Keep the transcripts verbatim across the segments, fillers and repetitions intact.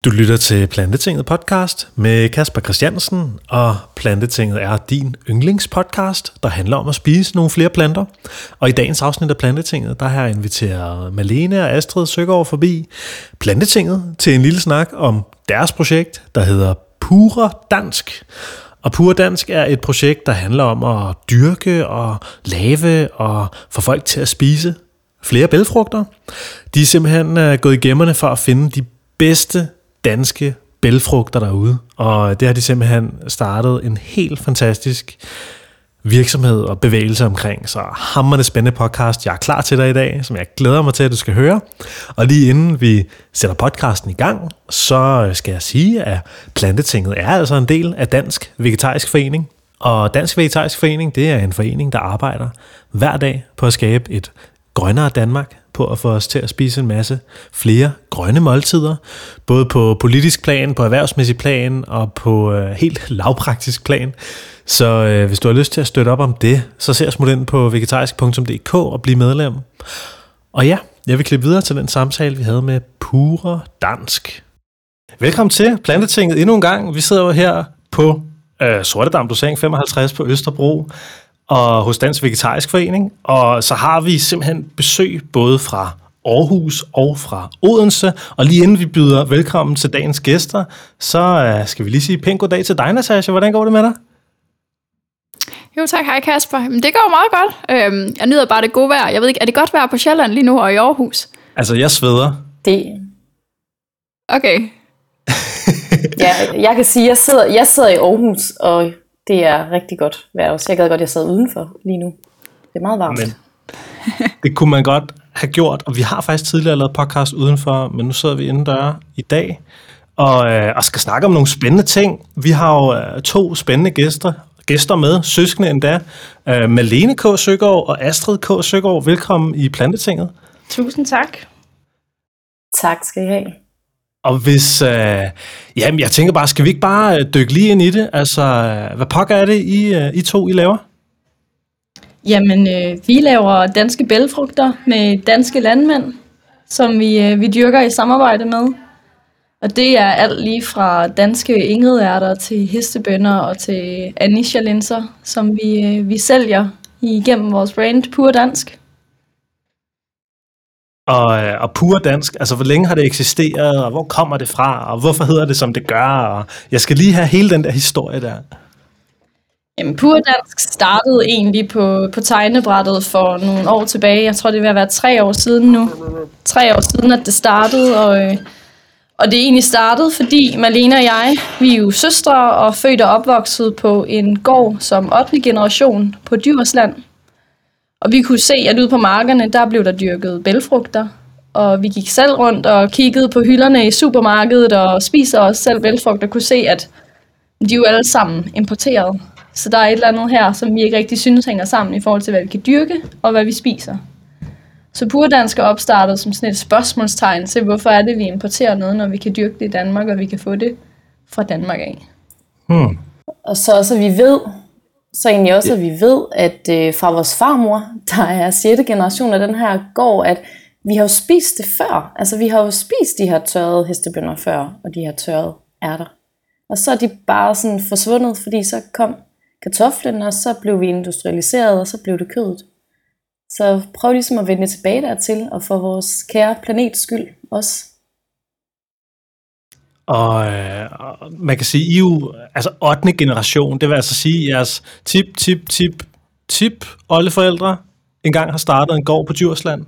Du lytter til Plantetinget podcast med Kasper Christiansen, og Plantetinget er din yndlingspodcast, der handler om at spise nogle flere planter. Og i dagens afsnit af Plantetinget, der har jeg inviteret Malene og Astrid Søgaard forbi Plantetinget til en lille snak om deres projekt, der hedder Pure Dansk. Og Pure Dansk er et projekt, der handler om at dyrke og lave og få folk til at spise flere bælgfrugter. De er simpelthen gået i gemmerne for at finde de bedste danske bælgfrugter derude, og det har de simpelthen startet en helt fantastisk virksomhed og bevægelse omkring, så hamrende spændende podcast, jeg er klar til dig i dag, som jeg glæder mig til, at du skal høre. Og lige inden vi sætter podcasten i gang, så skal jeg sige, at Plantetinget er altså en del af Dansk Vegetarisk Forening, og Dansk Vegetarisk Forening, det er en forening, der arbejder hver dag på at skabe et grønnere Danmark, på at få os til at spise en masse flere grønne måltider, både på politisk plan, på erhvervsmæssig plan og på øh, helt lavpraktisk plan. Så øh, hvis du har lyst til at støtte op om det, så se smut ind på vegetarisk punktum d k og bliv medlem. Og ja, jeg vil klippe videre til den samtale, vi havde med Pure Dansk. Velkommen til Plantetinget endnu en gang. Vi sidder jo her på øh, Sortedam Dosering femoghalvtreds på Østerbro, og hos Dansk Vegetarisk Forening, og så har vi simpelthen besøg både fra Aarhus og fra Odense, og lige inden vi byder velkommen til dagens gæster, så uh, skal vi lige sige pænt goddag til dig, Natasha. Hvordan går det med dig? Jo tak, hej Kasper. Det går meget godt. Øhm, jeg nyder bare det gode vejr. Jeg ved ikke, er det godt vejr på Sjælland lige nu og i Aarhus? Altså, jeg sveder. Det. Okay. Ja, jeg kan sige, at jeg sidder, jeg sidder i Aarhus, og det er rigtig godt vejr også. Jeg gad godt, at jeg sad udenfor lige nu. Det er meget varmt. Men det kunne man godt have gjort, og vi har faktisk tidligere lavet podcast udenfor, men nu sidder vi indendør i dag, og, øh, og skal snakke om nogle spændende ting. Vi har jo øh, to spændende gæster, gæster med, søskende endda. Øh, Malene K. Søgaard og Astrid K. Søgaard, velkommen i Plantetinget. Tusind tak. Tak skal I have. Og hvis, øh, jamen jeg tænker bare, skal vi ikke bare dykke lige ind i det? Altså, hvad pokker er det, I, I to I laver? Jamen, øh, vi laver danske bælgfrugter med danske landmænd, som vi, øh, vi dyrker i samarbejde med. Og det er alt lige fra danske ingridærter til hestebønner og til anisha-linser, som vi, øh, vi sælger igennem vores brand Pure Dansk. Og, og Pure Dansk, altså hvor længe har det eksisteret, og hvor kommer det fra, og hvorfor hedder det, som det gør, og jeg skal lige have hele den der historie der. Jamen, Pure Dansk startede egentlig på, på tegnebrættet for nogle år tilbage. Jeg tror, det vil være tre år siden nu. Tre år siden, at det startede, og, og det egentlig startede, fordi Malene og jeg, vi er jo søstre og født og opvokset på en gård som ottende generation på Djursland. Og vi kunne se, at ude på markerne, der blev der dyrket bælgfrugter. Og vi gik selv rundt og kiggede på hylderne i supermarkedet og spiser os selv bælgfrugter og kunne se, at de er jo alle sammen importeret. Så der er et eller andet her, som vi ikke rigtig synes hænger sammen i forhold til, hvad vi kan dyrke og hvad vi spiser. Så Pure Dansk er opstartet som sådan et spørgsmålstegn til, hvorfor er det, vi importerer noget, når vi kan dyrke det i Danmark, og vi kan få det fra Danmark af. Hmm. Og så også, at vi ved, så egentlig også, at vi ved, at øh, fra vores farmor, der er sjette generation af den her gård, at vi har jo spist det før. Altså vi har jo spist de her tørrede hestebønner før, og de her tørrede ærter. Og så er de bare sådan forsvundet, fordi så kom kartoflen, og så blev vi industrialiseret, og så blev det kødet. Så prøv ligesom at vende tilbage dertil, og for vores kære planets skyld også. Og øh, man kan sige, I er jo altså ottende generation, det vil altså sige, at jeres tip, tip, tip, tip oldeforældre engang har startet en gård på Djursland.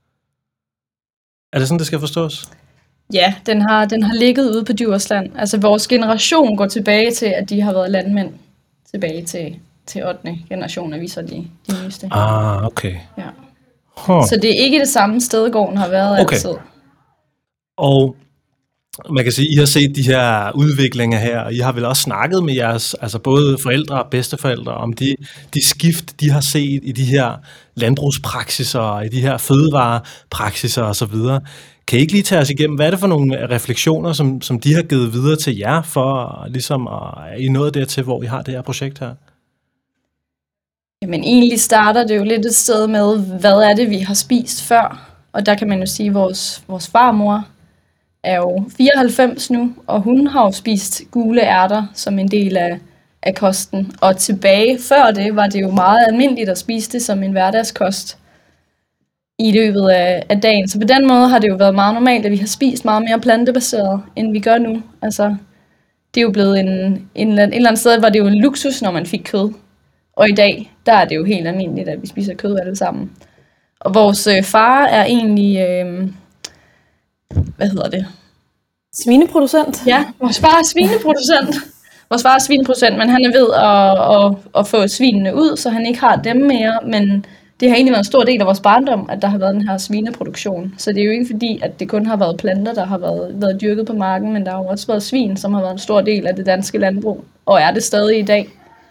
Er det sådan, det skal forstås? Ja, den har, den har ligget ude på Djursland. Altså vores generation går tilbage til, at de har været landmænd. Tilbage til, til ottende generation, er vi så de, de nyeste. Ah, okay. Ja. Huh. Så det er ikke det samme sted, gården har været okay. altid. Og man kan sige, I har set de her udviklinger her, og I har vel også snakket med jeres, altså både forældre og bedsteforældre, om de, de skift, de har set i de her landbrugspraksiser, og i de her fødevarepraksiser osv. Kan I ikke lige tage os igennem, hvad er det for nogle refleksioner, som, som de har givet videre til jer, for ligesom at I nået dertil, hvor I har det her projekt her? Jamen egentlig starter det jo lidt et sted med, hvad er det, vi har spist før? Og der kan man jo sige, at vores, vores farmor er jo fireoghalvfems nu, og hun har jo spist gule ærter som en del af, af kosten. Og tilbage før det var det jo meget almindeligt at spise det som en hverdagskost i løbet af, af dagen. Så på den måde har det jo været meget normalt, at vi har spist meget mere plantebaseret, end vi gør nu. Altså, det er jo blevet en, en, en eller anden sted, hvor det jo en luksus, når man fik kød. Og i dag, der er det jo helt almindeligt, at vi spiser kød alle sammen. Og vores øh, far er egentlig, øh, hvad hedder det? Svineproducent? Ja, vores far er svineproducent. Vores far er svineproducent, men han er ved at, at, at få svinene ud, så han ikke har dem mere. Men det har egentlig været en stor del af vores barndom, at der har været den her svineproduktion. Så det er jo ikke fordi, at det kun har været planter, der har været, været dyrket på marken, men der har jo også været svin, som har været en stor del af det danske landbrug, og er det stadig i dag.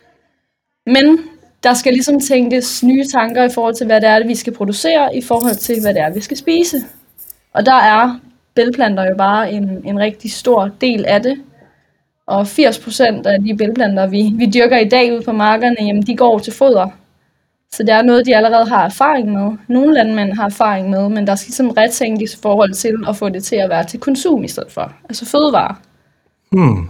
Men der skal ligesom tænkes nye tanker i forhold til, hvad det er, vi skal producere, i forhold til, hvad det er, vi skal spise. Og der er bælgplanter jo bare en, en rigtig stor del af det. Og firs procent af de bælgplanter, vi, vi dyrker i dag ude på markerne, jamen de går til foder. Så det er noget, de allerede har erfaring med. Nogle landmænd har erfaring med, men der skal ligesom retænkes i forhold til at få det til at være til konsum i stedet for. Altså fødevarer. Hmm.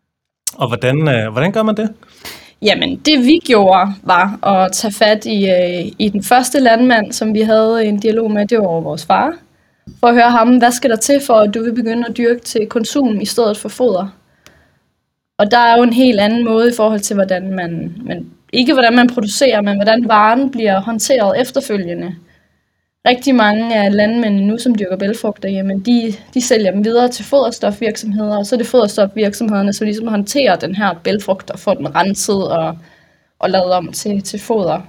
Og hvordan, øh, hvordan gør man det? Jamen, det vi gjorde, var at tage fat i, øh, i den første landmand, som vi havde en dialog med, det var vores far. For at høre ham, hvad skal der til for, at du vil begynde at dyrke til konsum i stedet for foder? Og der er jo en helt anden måde i forhold til, hvordan man, man ikke hvordan man producerer, men hvordan varen bliver håndteret efterfølgende. Rigtig mange af landmændene nu, som dyrker bælgfrugter, jamen de, de sælger dem videre til foderstofvirksomheder, og så er det foderstofvirksomhederne, som ligesom håndterer den her bælgfrugt og får den renset og, og lavet om til, til foder.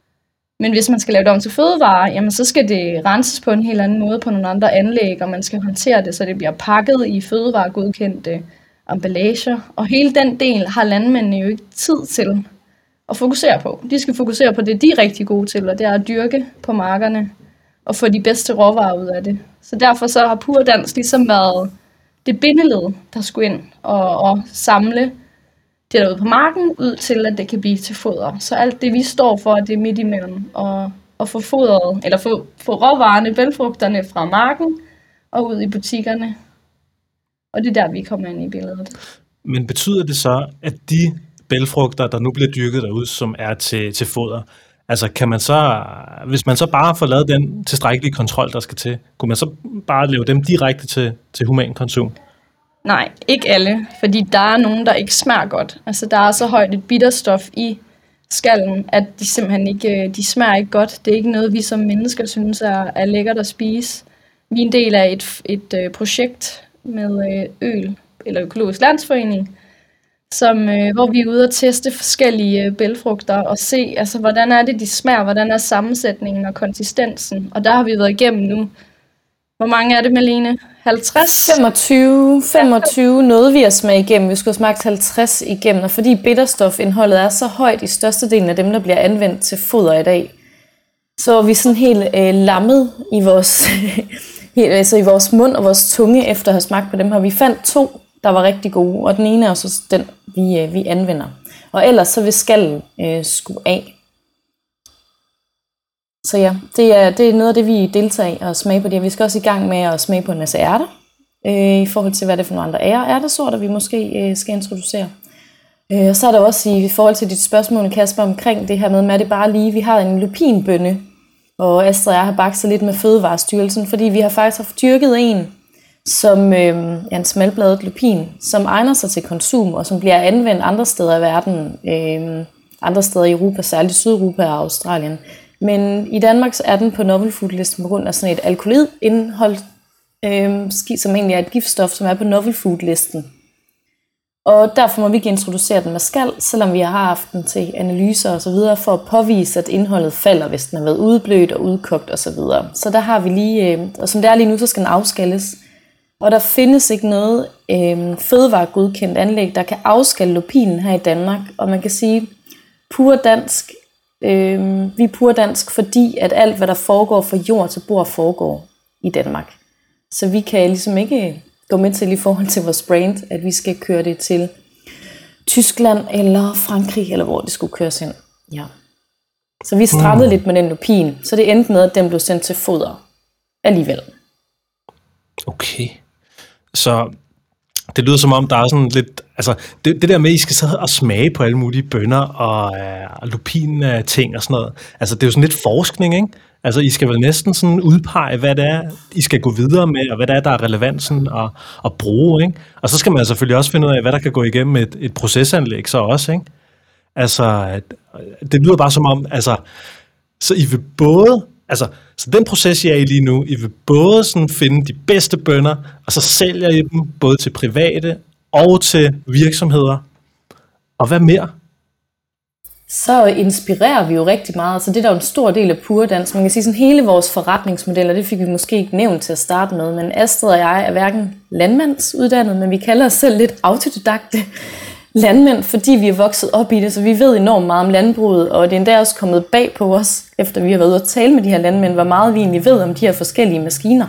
Men hvis man skal lave det om til fødevarer, jamen så skal det renses på en helt anden måde på nogle andre anlæg, og man skal håndtere det, så det bliver pakket i fødevaregodkendte emballager. Og hele den del har landmændene jo ikke tid til at fokusere på. De skal fokusere på det, de er rigtig gode til, og det er at dyrke på markerne og få de bedste råvarer ud af det. Så derfor så har Pur Dansk ligesom været det bindeled, der skulle ind og, og samle det derude på marken ud til, at det kan blive til foder. Så alt det, vi står for, det er midt imellem og, og få fodret, eller få, få råvarerne, bælgfrugterne fra marken og ud i butikkerne. Og det er der, vi kommer ind i billedet. Men betyder det så, at de bælgfrugter, der nu bliver dyrket derude, som er til, til foder, altså kan man så, hvis man så bare får lavet den tilstrækkelige kontrol, der skal til, kunne man så bare lave dem direkte til, til human konsum? Nej, ikke alle, fordi der er nogen, der ikke smager godt. Altså der er så højt et bitterstof i skallen, at de simpelthen ikke, de smager ikke godt. Det er ikke noget, vi som mennesker synes er, er lækkert at spise. Vi er en del af et, et, et projekt med øl, eller Økologisk Landsforening, som, øh, hvor vi er ude og teste forskellige øh, bælgfrugter og se, altså, hvordan er det, de smager, hvordan er sammensætningen og konsistensen. Og der har vi været igennem nu. Hvor mange er det, Malene? halvtreds? femogtyve, femogtyve nåede vi at smage igennem. Vi skulle have smagt halvtreds igennem, og fordi bitterstofindholdet er så højt i størstedelen af dem, der bliver anvendt til foder i dag, så er vi sådan helt øh, lammet i vores, helt, altså i vores mund og vores tunge efter at have smagt på dem her. Vi fandt to, der var rigtig gode, og den ene er også den, vi, øh, vi anvender. Og ellers så vil skallen øh, skue af. Så ja, det er, det er noget af det, vi deltager i at smage på det. Vi skal også i gang med at smage på en masse ærter, øh, i forhold til, hvad det er for nogle andre ærtesorter, vi måske øh, skal introducere. Øh, og så er der også i forhold til dit spørgsmål, Kasper, omkring det her med, med det bare lige, vi har en lupinbønne, og Astrid og jeg har bakset lidt med Fødevarestyrelsen, fordi vi har faktisk haft dyrket en, som øh, er en smalbladet lupin, som egner sig til konsum, og som bliver anvendt andre steder i verden, øh, andre steder i Europa, særligt Sydeuropa og Australien. Men i Danmark så er den på novel food listen på grund af sådan et alkoholindhold, øh, som egentlig er et giftstof, som er på novel food listen. Og derfor må vi ikke introducere den med skal, selvom vi har haft den til analyser og så videre, for at påvise, at indholdet falder, hvis den har været udblødt og udkogt og så videre. Så der har vi lige, øh, og som det er lige nu, så skal den afskalles. Og der findes ikke noget øh, fødevaregodkendt anlæg, der kan afskalle lupinen her i Danmark. Og man kan sige, Pur Dansk, øh, vi er Pur Dansk, fordi at alt, hvad der foregår fra jord til bord, foregår i Danmark. Så vi kan ligesom ikke gå med til i forhold til vores brand, at vi skal køre det til Tyskland eller Frankrig, eller hvor det skulle køres hen. Ja. Så vi strammede mm. lidt med den lupin, så det endte med, at den blev sendt til foder alligevel. Okay. Så det lyder som om, der er sådan lidt, altså det, det der med, at I skal sidde og smage på alle mulige bønner og øh, lupin-ting og sådan noget, altså det er jo sådan lidt forskning, ikke? Altså I skal vel næsten sådan udpege, hvad det er, I skal gå videre med, og hvad det er, der er relevant sådan at, at bruge, ikke? Og så skal man selvfølgelig også finde ud af, hvad der kan gå igennem et, et procesanlæg så også, ikke? Altså, det lyder bare som om, altså, så I vil både, altså, så den proces, I er i lige nu, I vil både sådan finde de bedste bønner, og så sælger I dem både til private og til virksomheder. Og hvad mere? Så inspirerer vi jo rigtig meget, så det er der jo en stor del af Pure Dans. Man kan sige sådan hele vores forretningsmodeller, det fik vi måske ikke nævnt til at starte med, men Astrid og jeg er hverken landmandsuddannet, men vi kalder os selv lidt autodidakte landmænd, fordi vi er vokset op i det, så vi ved enormt meget om landbruget, og det er endda også kommet bag på os, efter vi har været ude at tale med de her landmænd, hvor meget vi egentlig ved om de her forskellige maskiner.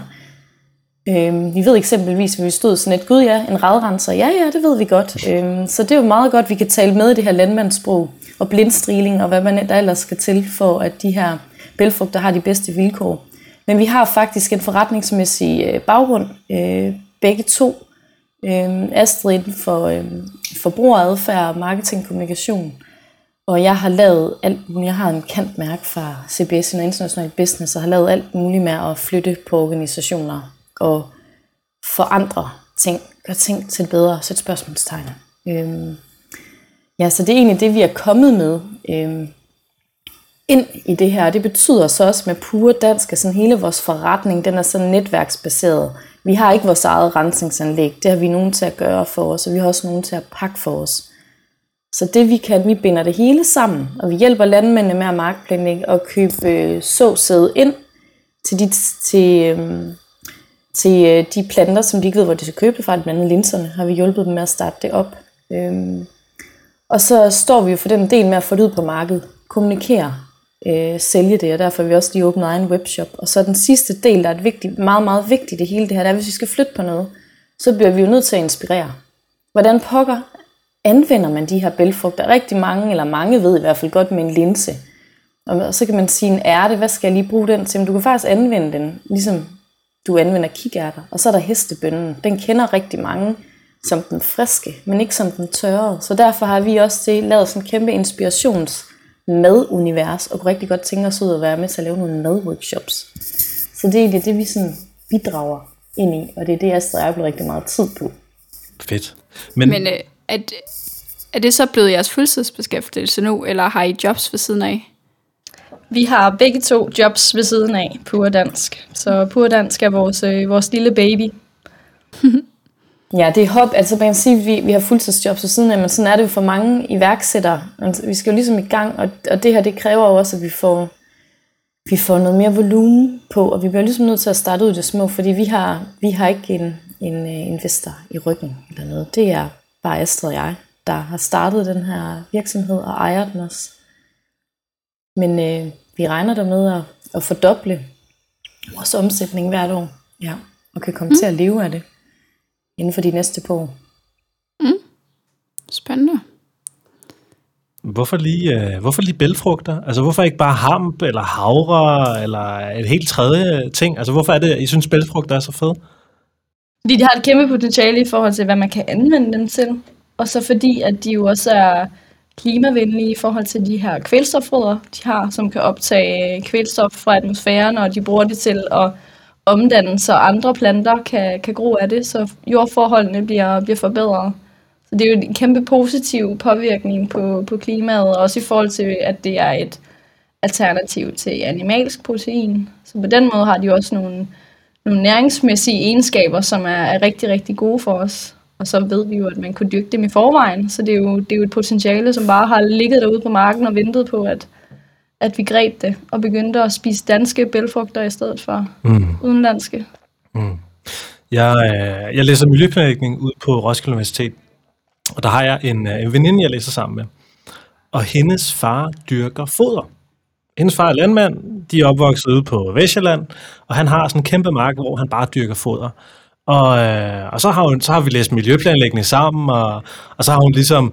Øhm, vi ved eksempelvis, at vi stod sådan et, gud ja, en radrenser, ja ja, det ved vi godt. Øhm, så det er jo meget godt, at vi kan tale med i det her landmandssprog, og blindstriling, og hvad man der ellers skal til, for at de her bælgfrugter har de bedste vilkår. Men vi har faktisk en forretningsmæssig øh, baggrund, øh, begge to. Øh, Astrid inden for øh, forbrugeradfærd, marketing, kommunikation. Og jeg har lavet alt muligt. Jeg har en kantmærke fra C B S, en international business, og har lavet alt muligt med at flytte på organisationer og forandre ting, gøre ting til bedre, sætte spørgsmålstegn. Øh, ja, så det er egentlig det, vi er kommet med øh, ind i det her. Det betyder så også med Pure Dansk, at sådan hele vores forretning, den er sådan netværksbaseret. Vi har ikke vores eget rensningsanlæg. Det har vi nogen til at gøre for os, og vi har også nogen til at pakke for os. Så det vi kan, vi binder det hele sammen, og vi hjælper landmændene med at markplanlægge og købe øh, såsæde ind til de, til, øh, til øh, de planter, som de ikke ved, hvor de skal købe det fra. Blandt andet linserne har vi hjulpet dem med at starte det op. Øh, og så står vi jo for den del med at få det ud på markedet, kommunikere, øh, sælge det, og derfor har vi også lige åbnet egen webshop. Og så den sidste del, der er et vigtigt, meget, meget vigtigt i hele det her, det er, hvis vi skal flytte på noget, så bliver vi jo nødt til at inspirere. Hvordan pokker anvender man de her bælgfrugter? Rigtig mange, eller mange ved i hvert fald godt med en linse. Og så kan man sige en ærte, hvad skal jeg lige bruge den til? Men du kan faktisk anvende den, ligesom du anvender kikærter. Og så er der hestebønnen. Den kender rigtig mange som den friske, men ikke som den tørrede. Så derfor har vi også det, lavet sådan en kæmpe inspirations madunivers, og kunne rigtig godt tænke os ud at være med til at lave nogle madworkshops. Så det er egentlig det, vi sådan bidrager ind i, og det er det, Astrid og jeg bliver rigtig meget tid på. Fedt. Men, Men øh, er, det, er det så blevet jeres fuldtidsbeskæftigelse nu, eller har I jobs ved siden af? Vi har begge to jobs ved siden af Pure Dansk. Så Pure Dansk er vores, øh, vores lille baby. Ja, det er hop. Altså man kan sige, at vi, vi har fuldtidsjobs ved siden af, men sådan er det jo for mange iværksættere. Altså, vi skal jo ligesom i gang, og, og det her, det kræver jo også, at vi får, vi får noget mere volumen på, og vi bliver ligesom nødt til at starte ud i det små, fordi vi har, vi har ikke en, en investor i ryggen eller noget. Det er bare Astrid og jeg, der har startet den her virksomhed og ejer den også. Men øh, vi regner der med at, at fordoble vores omsætning hvert år, ja, og kan komme mm. til at leve af det inden for de næste par år. Mm. Spændende. Hvorfor lige, øh, hvorfor lige bælgfrugter? Altså hvorfor ikke bare hamp, eller havre, eller et helt tredje ting? Altså hvorfor er det, I synes bælgfrugter er så fede? Fordi de har et kæmpe potentiale i forhold til, hvad man kan anvende dem til. Og så fordi, at de jo også er klimavenlige i forhold til de her kvælstoffoder, de har, som kan optage kvælstof fra atmosfæren, og de bruger det til at omdanne, så andre planter kan, kan gro af det, så jordforholdene bliver, bliver forbedret. Så det er jo en kæmpe positiv påvirkning på, på klimaet, også i forhold til, at det er et alternativ til animalsk protein. Så på den måde har de også nogle, nogle næringsmæssige egenskaber, som er, er rigtig, rigtig gode for os. Og så ved vi jo, at man kunne dyrke dem i forvejen, så det er jo, det er jo et potentiale, som bare har ligget derude på marken og ventet på, at at vi greb det og begyndte at spise danske bælgfrugter i stedet for mm. udenlandske. Mm. Jeg, øh, jeg læser miljøplanlægning ud på Roskilde Universitet, og der har jeg en, en veninde, jeg læser sammen med, og hendes far dyrker foder. Hendes far er landmand, de er opvokset ude på Vestsjælland, og han har sådan en kæmpe mark, hvor han bare dyrker foder. Og, øh, og så, har hun, så har vi læst miljøplanlægning sammen, og, og så har hun ligesom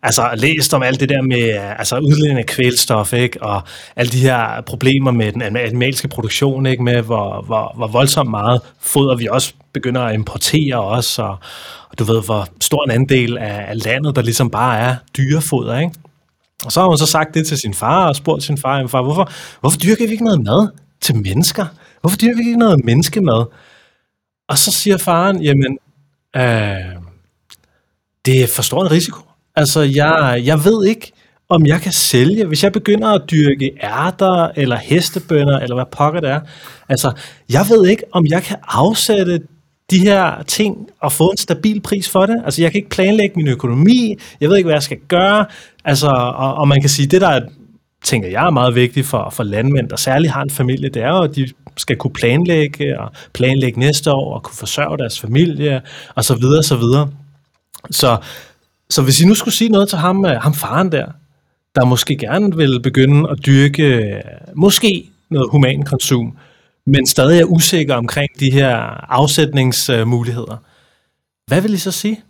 altså læst om alt det der med altså udledning af kvælstof, ikke? Og alle de her problemer med den animalske produktion, ikke? Med hvor, hvor, hvor voldsomt meget foder vi også begynder at importere også, og, og du ved, hvor stor en andel af, af landet, der ligesom bare er dyrefoder, ikke? Og så har hun så sagt det til sin far, og spurgt sin far, far hvorfor, hvorfor dyrker vi ikke noget mad til mennesker? Hvorfor dyrker vi ikke noget menneskemad? Og så siger faren, jamen, øh, det er for stor en risiko. Altså, jeg, jeg ved ikke, om jeg kan sælge, hvis jeg begynder at dyrke ærter, eller hestebønner, eller hvad pokker det er. Altså, jeg ved ikke, om jeg kan afsætte de her ting og få en stabil pris for det. Altså, jeg kan ikke planlægge min økonomi. Jeg ved ikke, hvad jeg skal gøre. Altså, og, og man kan sige, det der er, tænker jeg er meget vigtigt for, for landmænd, der særligt har en familie, det er jo, at de skal kunne planlægge og planlægge næste år og kunne forsørge deres familie og så videre, så videre. Så, så hvis I nu skulle sige noget til ham, ham faren der, der måske gerne vil begynde at dyrke måske noget human konsum, men stadig er usikker omkring de her afsætningsmuligheder, hvad vil I så sige?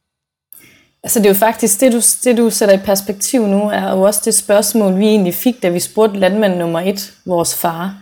Altså det er jo faktisk, det du, det du sætter i perspektiv nu, er jo også det spørgsmål, vi egentlig fik, da vi spurgte landmand nummer et, vores far,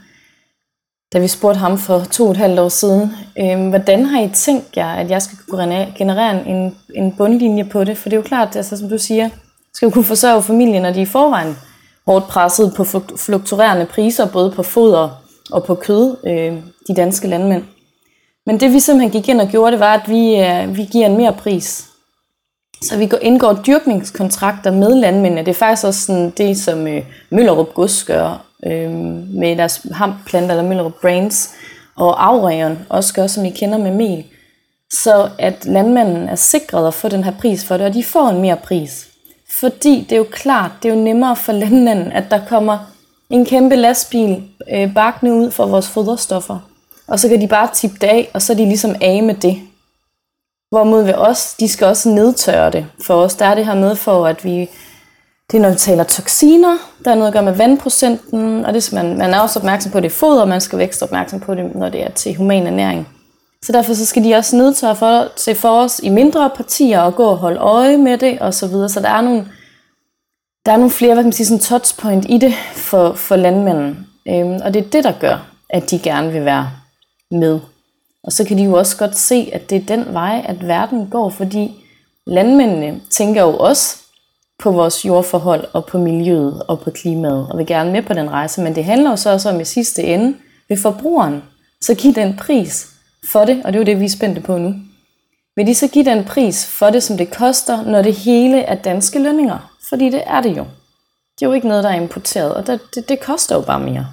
da vi spurgte ham for to og et halvt år siden, øh, hvordan har I tænkt jer, at jeg skal kunne generere en, en bundlinje på det? For det er jo klart, altså, som du siger, skal jo kunne forsørge familien, når de er i forvejen hårdt presset på fluktuerende priser, både på foder og på kød, øh, de danske landmænd. Men det vi simpelthen gik ind og gjorde, det var, at vi, øh, vi giver en mere pris. Så vi indgår dyrkningskontrakter med landmændene. Det er faktisk også sådan det, som øh, Møllerup Gods gør øh, med deres hamplanter, eller Møllerup Brains, og Aurion også gør, som I kender med mel. Så at landmanden er sikret at få den her pris for det, og de får en mere pris. Fordi det er jo klart, det er jo nemmere for landmanden, at der kommer en kæmpe lastbil øh, bakkende ud for vores foderstoffer. Og så kan de bare tippe det af, og så er de ligesom af med det. Hvorimod ved os, de skal også nedtørre det. For os, der er det her med for, at vi, det er når vi taler toksiner, der er noget at gøre med vandprocenten, og det skal man, man er også opmærksom på det foder, og man skal være ekstra opmærksom på det, når det er til human ernæring. Så derfor så skal de også nedtørre for, til for os i mindre partier, og gå og holde øje med det, og så videre. Så der er nogle, der er nogle flere, hvad kan man sige, sådan touchpoint i det for, for landmænden. Øhm, og det er det, der gør, at de gerne vil være med. Og så kan de jo også godt se, at det er den vej, at verden går, fordi landmændene tænker jo også på vores jordforhold og på miljøet og på klimaet, og vil gerne med på den rejse. Men det handler jo så også om i sidste ende ved forbrugeren. Så giv den pris for det, og det er jo det, vi er spændte på nu. Vil de så give den pris for det, som det koster, når det hele er danske lønninger? Fordi det er det jo. Det er jo ikke noget, der er importeret, og det, det, det koster jo bare mere.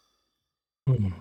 Mm.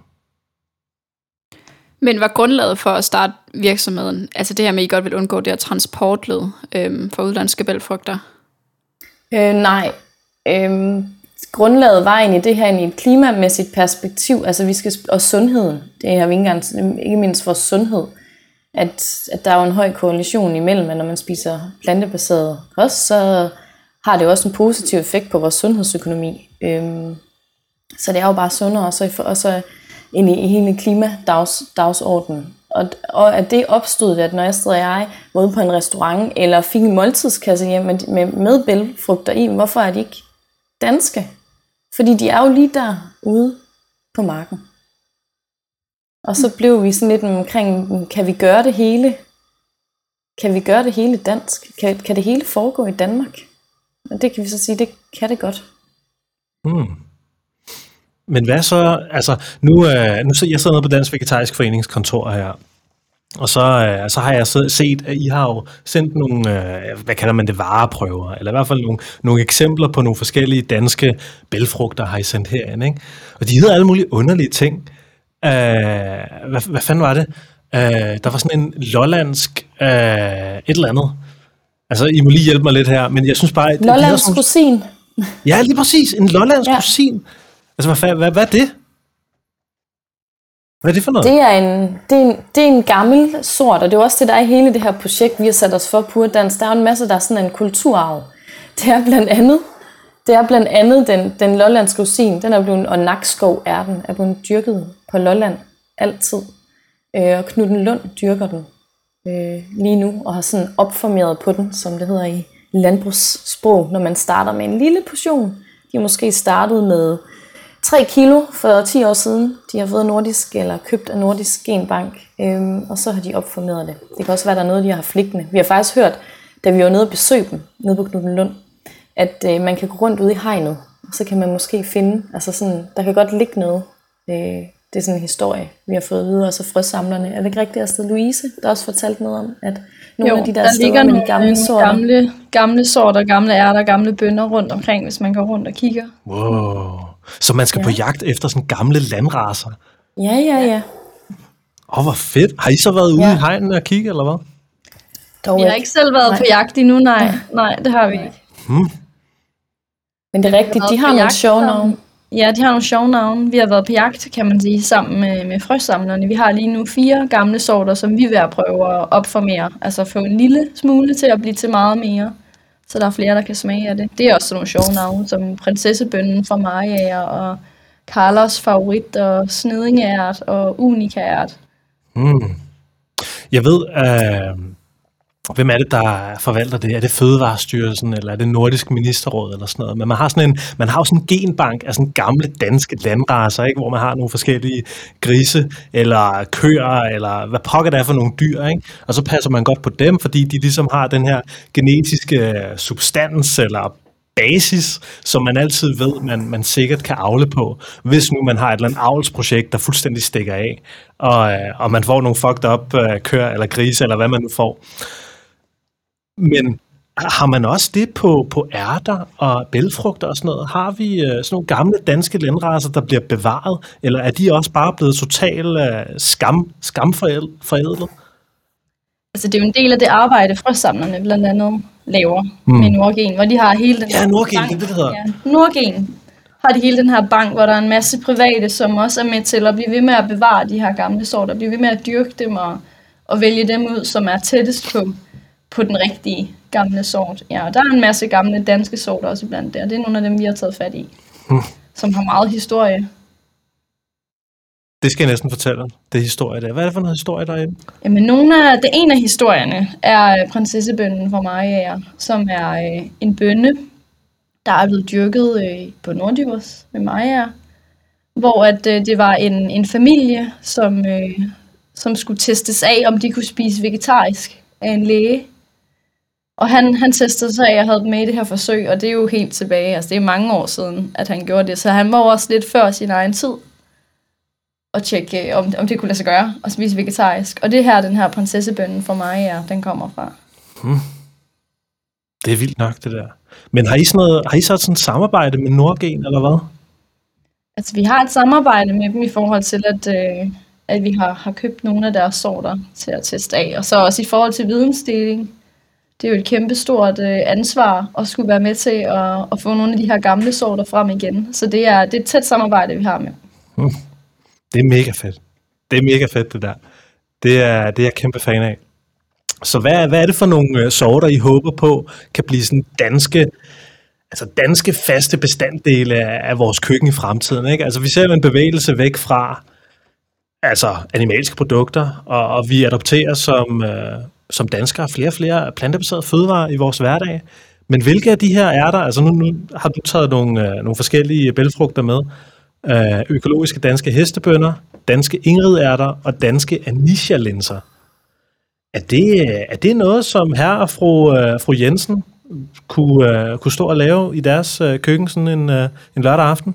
Men var grundlaget for at starte virksomheden, altså det her med, at I godt vil undgå det her transportled øhm, for udlandske bælgfrugter? Øh, nej. Øh, grundlaget var egentlig det her i et klimamæssigt perspektiv, altså vi skal, og sundheden, det har vi ikke engang, ikke mindst vores sundhed, at, at der er jo en høj korrelation imellem, at når man spiser plantebaseret kost, så har det også en positiv effekt på vores sundhedsøkonomi. Øh, så det er jo bare sundere, og så, og så ind i hele klimadagsordenen. Og, og at det opstod, at når Astrid og jeg var ude på en restaurant, eller fik en måltidskasse hjem med, med, med bælgfrugter i, hvorfor er de ikke danske? Fordi de er jo lige der ude på marken. Og så blev vi sådan lidt omkring, kan vi gøre det hele? Kan vi gøre det hele dansk? Kan, kan det hele foregå i Danmark? Og det kan vi så sige, det kan det godt. Hmm. Men hvad så, altså nu, øh, nu så jeg sidder nede på Dansk Vegetarisk Forenings kontor her, og så, øh, så har jeg set, at I har jo sendt nogle, øh, hvad kalder man det, vareprøver, eller i hvert fald nogle, nogle eksempler på nogle forskellige danske bælgfrugter, har I sendt herind, ikke? Og de hedder alle mulige underlige ting. Øh, hvad, hvad fanden var det? Øh, der var sådan en lollandsk øh, et eller andet. Altså, I må lige hjælpe mig lidt her, men jeg synes bare... Lollandsk sådan... rosin. Ja, lige præcis. En lollandsk ja. rosin. Altså, hvad, hvad, hvad er det? Hvad er det for noget? Det er, en, det, er en, det er en gammel sort, og det er også det, der er i hele det her projekt, vi har sat os for Pure Dansk. Der er en masse, der er sådan en kulturarv. Det er blandt andet, det er blandt andet den, den lollandske rosin, den er blevet, og Nakskov er den, er blevet dyrket på Lolland altid. Øh, og Knuden Lund dyrker den øh, lige nu, og har sådan opformeret på den, som det hedder i, landbrugssprog, når man starter med en lille portion. De har måske startet med tre kilo for ti år siden. De har fået nordisk eller købt af Nordisk Genbank, øhm, og så har de opformeret det. Det kan også være, der er noget, de har haft liggende. Vi har faktisk hørt, da vi var nede og besøgte dem, nede på Knuthenlund, at øh, man kan gå rundt ude i hegnet, og så kan man måske finde, altså sådan, der kan godt ligge noget. Øh, det er sådan en historie, vi har fået videre, og så frøsamlerne. Er det ikke rigtigt, Astrid Louise, der også fortalt noget om, at nogle jo, af de der, der steder ligger med nogle de gamle sorter. Gamle, gamle sorter, gamle ærter, gamle bønner rundt omkring, hvis man går rundt og kigger. Wow. Så man skal ja. på jagt efter sådan gamle landracer? Ja, ja, ja. Åh, oh, hvor fedt. Har I så været ude ja. i hegnen og kigge, eller hvad? Dog vi har ikke selv været nej. på jagt endnu, nej. Nej, det har vi ikke. Hmm. Men det er rigtigt, de har nogle sjove navne. Ja, de har nogle sjove navne. Vi har været på jagt, kan man sige, sammen med, med frøsamlerne. Vi har lige nu fire gamle sorter, som vi er ved at prøve at opformere. Altså få en lille smule til at blive til meget mere. Så der er flere, der kan smage af det. Det er også sådan nogle sjove navne, som prinsessebønnen fra Mariager og Carlos favorit og snedingært og unikært. Hmm. Jeg ved, øh, hvem er det, der forvalter det? Er det Fødevarestyrelsen, eller er det Nordisk Ministerråd, eller sådan noget? Men man har sådan en, man har jo sådan en genbank af sådan gamle danske landracer, ikke? Hvor man har nogle forskellige grise, eller køer, eller hvad pokker det er for nogle dyr, ikke? Og så passer man godt på dem, fordi de ligesom har den her genetiske substans, eller basis, som man altid ved, man, man sikkert kan avle på, hvis nu man har et eller andet avlsprojekt, der fuldstændig stikker af, og, og man får nogle fucked up uh, køer eller grise, eller hvad man nu får. Men har man også det på, på ærter og bælgfrugter og sådan noget? Har vi uh, sådan nogle gamle danske landracer, der bliver bevaret, eller er de også bare blevet totalt uh, skam, skamforædlet? Altså det er jo en del af det arbejde, frøsamlerne blandt andet laver mm. med Nordgen, hvor de har hele den ja, her Nordgen, bank. det hedder. Ja, Nordgen har de hele den her bank, hvor der er en masse private, som også er med til at blive ved med at bevare de her gamle sorter, blive ved med at dyrke dem og, og vælge dem ud, som er tættest på, på den rigtige gamle sort. Ja, og der er en masse gamle danske sorter også iblandt der. Det er nogle af dem, vi har taget fat i, mm. som har meget historie. Det skal jeg næsten fortælle. Det er historie der. Hvad er det for noget historie derinde? Jamen, nogle af, det ene af historierne er prinsessebønnen fra Mariager, som er øh, en bønne, der er blevet dyrket øh, på Norddjurs med Mariager, hvor at, øh, det var en, en familie, som, øh, som skulle testes af, om de kunne spise vegetarisk af en læge. Og han, han testede sig af, og havde med i det her forsøg, og det er jo helt tilbage. Altså, det er mange år siden, at han gjorde det, så han var også lidt før sin egen tid og tjekke, om, om det kunne lade sig gøre at spise vegetarisk. Og det er her, den her prinsessebønnen fra Mariager, den kommer fra. Hmm. Det er vildt nok, det der. Men har I, sådan noget, har I så sådan et samarbejde med Nordgen, eller hvad? Altså, vi har et samarbejde med dem i forhold til, at, øh, at vi har, har købt nogle af deres sorter til at teste af. Og så også i forhold til vidensdeling. Det er jo et kæmpe stort øh, ansvar at skulle være med til at, at få nogle af de her gamle sorter frem igen. Så det er, det er et tæt samarbejde, vi har med. Hmm. Det er mega fedt. Det er mega fedt, det der. Det er, det er jeg kæmpe fan af. Så hvad, hvad er det for nogle uh, sorter, I håber på, kan blive sådan danske, altså danske faste bestanddele af, af vores køkken i fremtiden, ikke? Altså vi ser en bevægelse væk fra altså animalske produkter, og, og vi adopterer som, uh, som danskere flere og flere plantebaserede fødevarer i vores hverdag. Men hvilke af de her ærter, altså nu, nu har du taget nogle, uh, nogle forskellige bælgfrugter med, uh, økologiske danske hestebønner, danske ingridærter og danske anisha-linser. Er det, er det noget, som herre og fru, uh, fru Jensen kunne, uh, kunne stå og lave i deres uh, køkken sådan en, uh, en lørdag aften?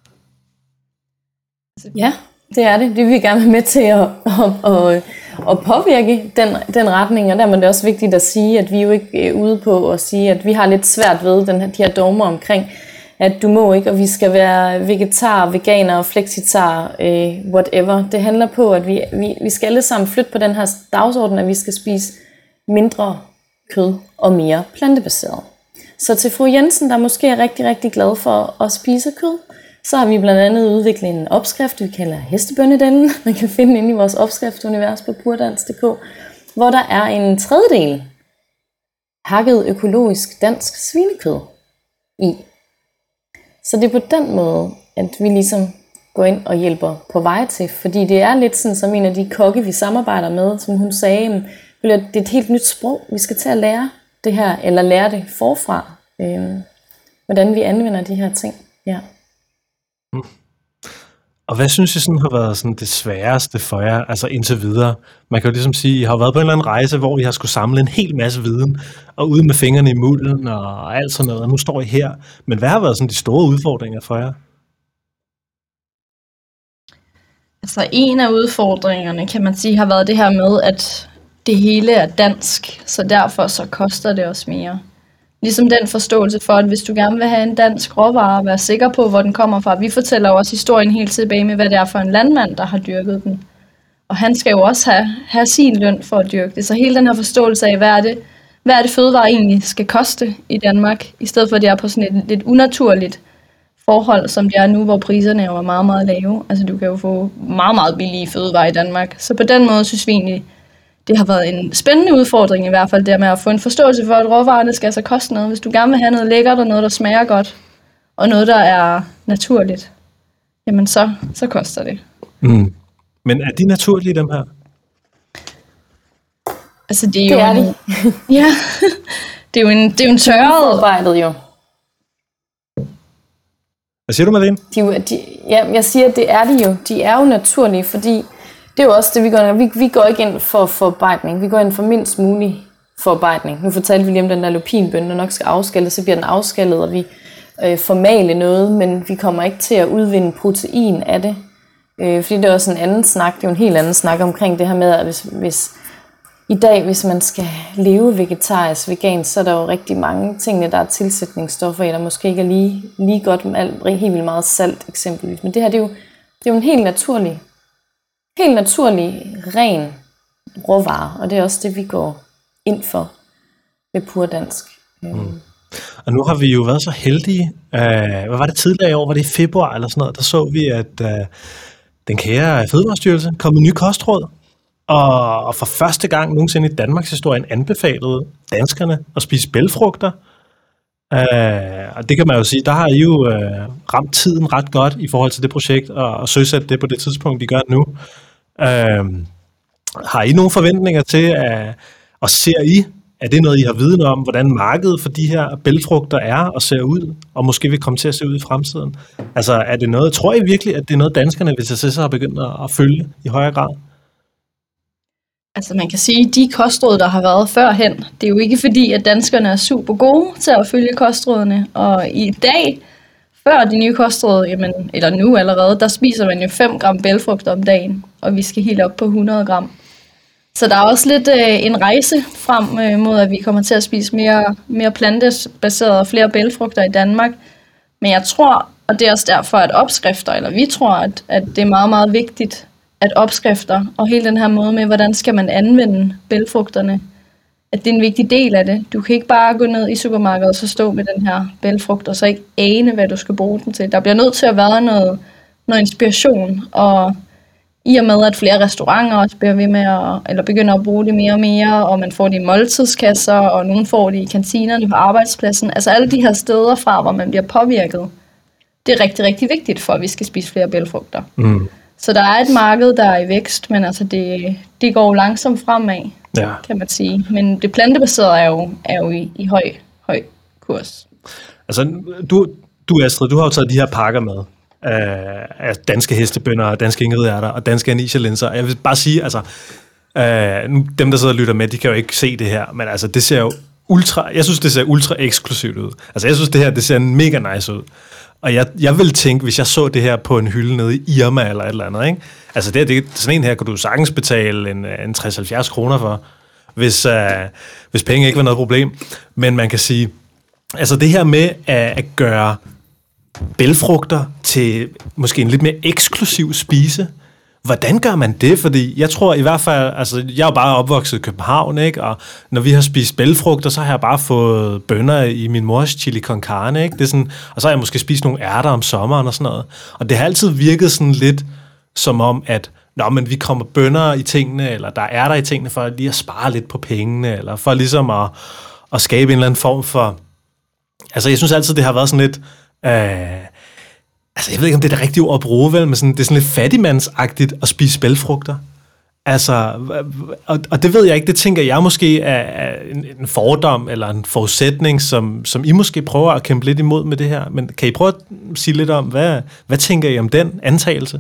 Ja, det er det. Det vil vi gerne være med til at, at, at, at påvirke den, den retning, og der er det også vigtigt at sige, at vi er jo ikke uh, ude på at sige, at vi har lidt svært ved den her, de her dogmer omkring, at du må ikke, og vi skal være vegetar, veganer, flexitar, øh, whatever. Det handler på, at vi, vi, vi skal alle sammen flytte på den her dagsorden, at vi skal spise mindre kød og mere plantebaseret. Så til fru Jensen, der måske er rigtig, rigtig glad for at spise kød, så har vi blandt andet udviklet en opskrift, vi kalder hestebønnedellen. Man kan finde inde i vores opskriftunivers på purdans punktum d k, hvor der er en tredjedel hakket økologisk dansk svinekød i. Så det er på den måde, at vi ligesom går ind og hjælper på vej til. Fordi det er lidt sådan, som en af de kokke, vi samarbejder med, som hun sagde, det er et helt nyt sprog, vi skal til at lære det her, eller lære det forfra. Øh, hvordan vi anvender de her ting. Ja. Mm. Og hvad synes I sådan har været sådan det sværeste for jer, altså indtil videre? Man kan jo ligesom sige, at I har været på en eller anden rejse, hvor I har skulle samle en hel masse viden, og ude med fingrene i mulden og alt sådan noget, og nu står I her. Men hvad har været sådan de store udfordringer for jer? Altså en af udfordringerne, kan man sige, har været det her med, at det hele er dansk, så derfor så koster det også mere. Ligesom den forståelse for, at hvis du gerne vil have en dansk råvare, og være sikker på, hvor den kommer fra. Vi fortæller jo også historien helt tilbage med, hvad det er for en landmand, der har dyrket den. Og han skal jo også have, have sin løn for at dyrke det. Så hele den her forståelse af, hvad er det, hvad er det fødevare egentlig skal koste i Danmark, i stedet for at det er på sådan et lidt unaturligt forhold, som det er nu, hvor priserne jo er meget, meget lave. Altså du kan jo få meget, meget billige fødevarer i Danmark. Så på den måde synes vi egentlig, det har været en spændende udfordring i hvert fald, det med at få en forståelse for, at råvarerne skal altså koste noget. Hvis du gerne vil have noget lækkert og noget, der smager godt, og noget, der er naturligt, jamen så, så koster det. Mm. Men er de naturlige, dem her? Altså det er Det jo er en, de. ja, det er jo en, det er jo en tørret. Forarbejdet jo. Hvad siger du, Malene? De, er jo- de, ja, jeg siger, at det er de jo. De er jo naturlige, fordi det er jo også det, vi går vi, vi går ikke ind for forarbejdning. Vi går ind for mindst mulig forarbejdning. Nu fortalte vi lige om den der lupinbønne, der nok skal afskalles, så bliver den afskallet, og vi øh, formale noget, men vi kommer ikke til at udvinde protein af det. Øh, fordi det er også en anden snak, det er jo en helt anden snak omkring det her med, at hvis, hvis i dag, hvis man skal leve vegetarisk, vegansk, så er der jo rigtig mange ting, der er tilsætningsstoffer i, der måske ikke er lige, lige godt med alt, helt vildt meget salt eksempelvis. Men det her, det er jo, det er jo en helt naturlig, helt naturlig, ren råvare, og det er også det, vi går ind for med Pur Dansk. Mm. Og nu har vi jo været så heldige, øh, hvad var det tidligere i år, var det i februar eller sådan noget, der så vi, at øh, den kære Fødevarestyrelse kom med nye kostråd, og, og for første gang nogensinde i Danmarks historien anbefalede danskerne at spise bælgfrugter. Øh, og det kan man jo sige, der har I jo øh, ramt tiden ret godt i forhold til det projekt, og, og søsat det på det tidspunkt, I gør nu. Øh, har I nogle forventninger til, at, og ser I, er det noget, I har viden om, hvordan markedet for de her bælgfrugter er og ser ud, og måske vil komme til at se ud i fremtiden? Altså, er det noget, tror I virkelig, at det er noget, danskerne vil tage sig har begyndt at følge i højere grad? Altså man kan sige, at de kostråd, der har været førhen, det er jo ikke fordi, at danskerne er super gode til at følge kostrådene. Og i dag, før de nye kostråd, jamen, eller nu allerede, der spiser man jo fem gram bælgfrugt om dagen, og vi skal helt op på hundrede gram. Så der er også lidt øh, en rejse frem øh, mod, at vi kommer til at spise mere, mere plantebaseret og flere bælgfrugter i Danmark. Men jeg tror, og det er også derfor, at opskrifter, eller vi tror, at, at det er meget, meget vigtigt, at opskrifter og hele den her måde med, hvordan skal man anvende bælgfrugterne, at det er en vigtig del af det. Du kan ikke bare gå ned i supermarkedet og så stå med den her bælgfrugt, og så ikke ane, hvad du skal bruge den til. Der bliver nødt til at være noget, noget inspiration, og i og med, at flere restauranter også bliver ved med at, eller begynder at bruge det mere og mere, og man får det i måltidskasser, og nogen får det i kantinerne på arbejdspladsen. Altså alle de her steder fra, hvor man bliver påvirket, det er rigtig, rigtig vigtigt for, at vi skal spise flere bælgfrugter. Mm. Så der er et marked, der er i vækst, men altså det, det går jo langsomt fremad, ja. Kan man sige. Men det plantebaserede er jo, er jo i, i høj, høj kurs. Altså, du, du Astrid, du har jo taget de her pakker med øh, af danske hestebønner, danske ingridærter og danske anishalinser. Jeg vil bare sige, altså, øh, nu, dem der sidder og lytter med, de kan jo ikke se det her, men altså, det ser jo ultra, jeg synes, det ser ultra eksklusivt ud. Altså, jeg synes, det her, det ser mega nice ud. Og jeg, jeg vil tænke, hvis jeg så det her på en hylde nede i Irma eller et eller andet, ikke? Altså det, det, sådan en her kunne du sagtens betale en, en tres til halvfjerds kroner for, hvis, uh, hvis penge ikke var noget problem. Men man kan sige, altså det her med at, at gøre bælgfrugter til måske en lidt mere eksklusiv spise, hvordan gør man det? Fordi jeg tror i hvert fald, altså jeg er jo bare opvokset i København, ikke? Og når vi har spist bælgfrugter, så har jeg bare fået bønner i min mors chili con carne, ikke? Det er sådan, og så har jeg måske spist nogle ærter om sommeren og sådan noget. Og det har altid virket sådan lidt som om, at nå, men vi kommer bønner i tingene, eller der er ærter i tingene, for lige at spare lidt på pengene, eller for ligesom at, at skabe en eller anden form for... Altså jeg synes altid, det har været sådan lidt... Øh, Altså, jeg ved ikke, om det er det rigtige ord at bruge, vel, men sådan, det er sådan lidt fattigmandsagtigt at spise bælgfrugter. Altså, og, og det ved jeg ikke, det tænker jeg måske er, er en, en fordom eller en forudsætning, som, som I måske prøver at kæmpe lidt imod med det her. Men kan I prøve at sige lidt om, hvad, hvad tænker I om den antagelse?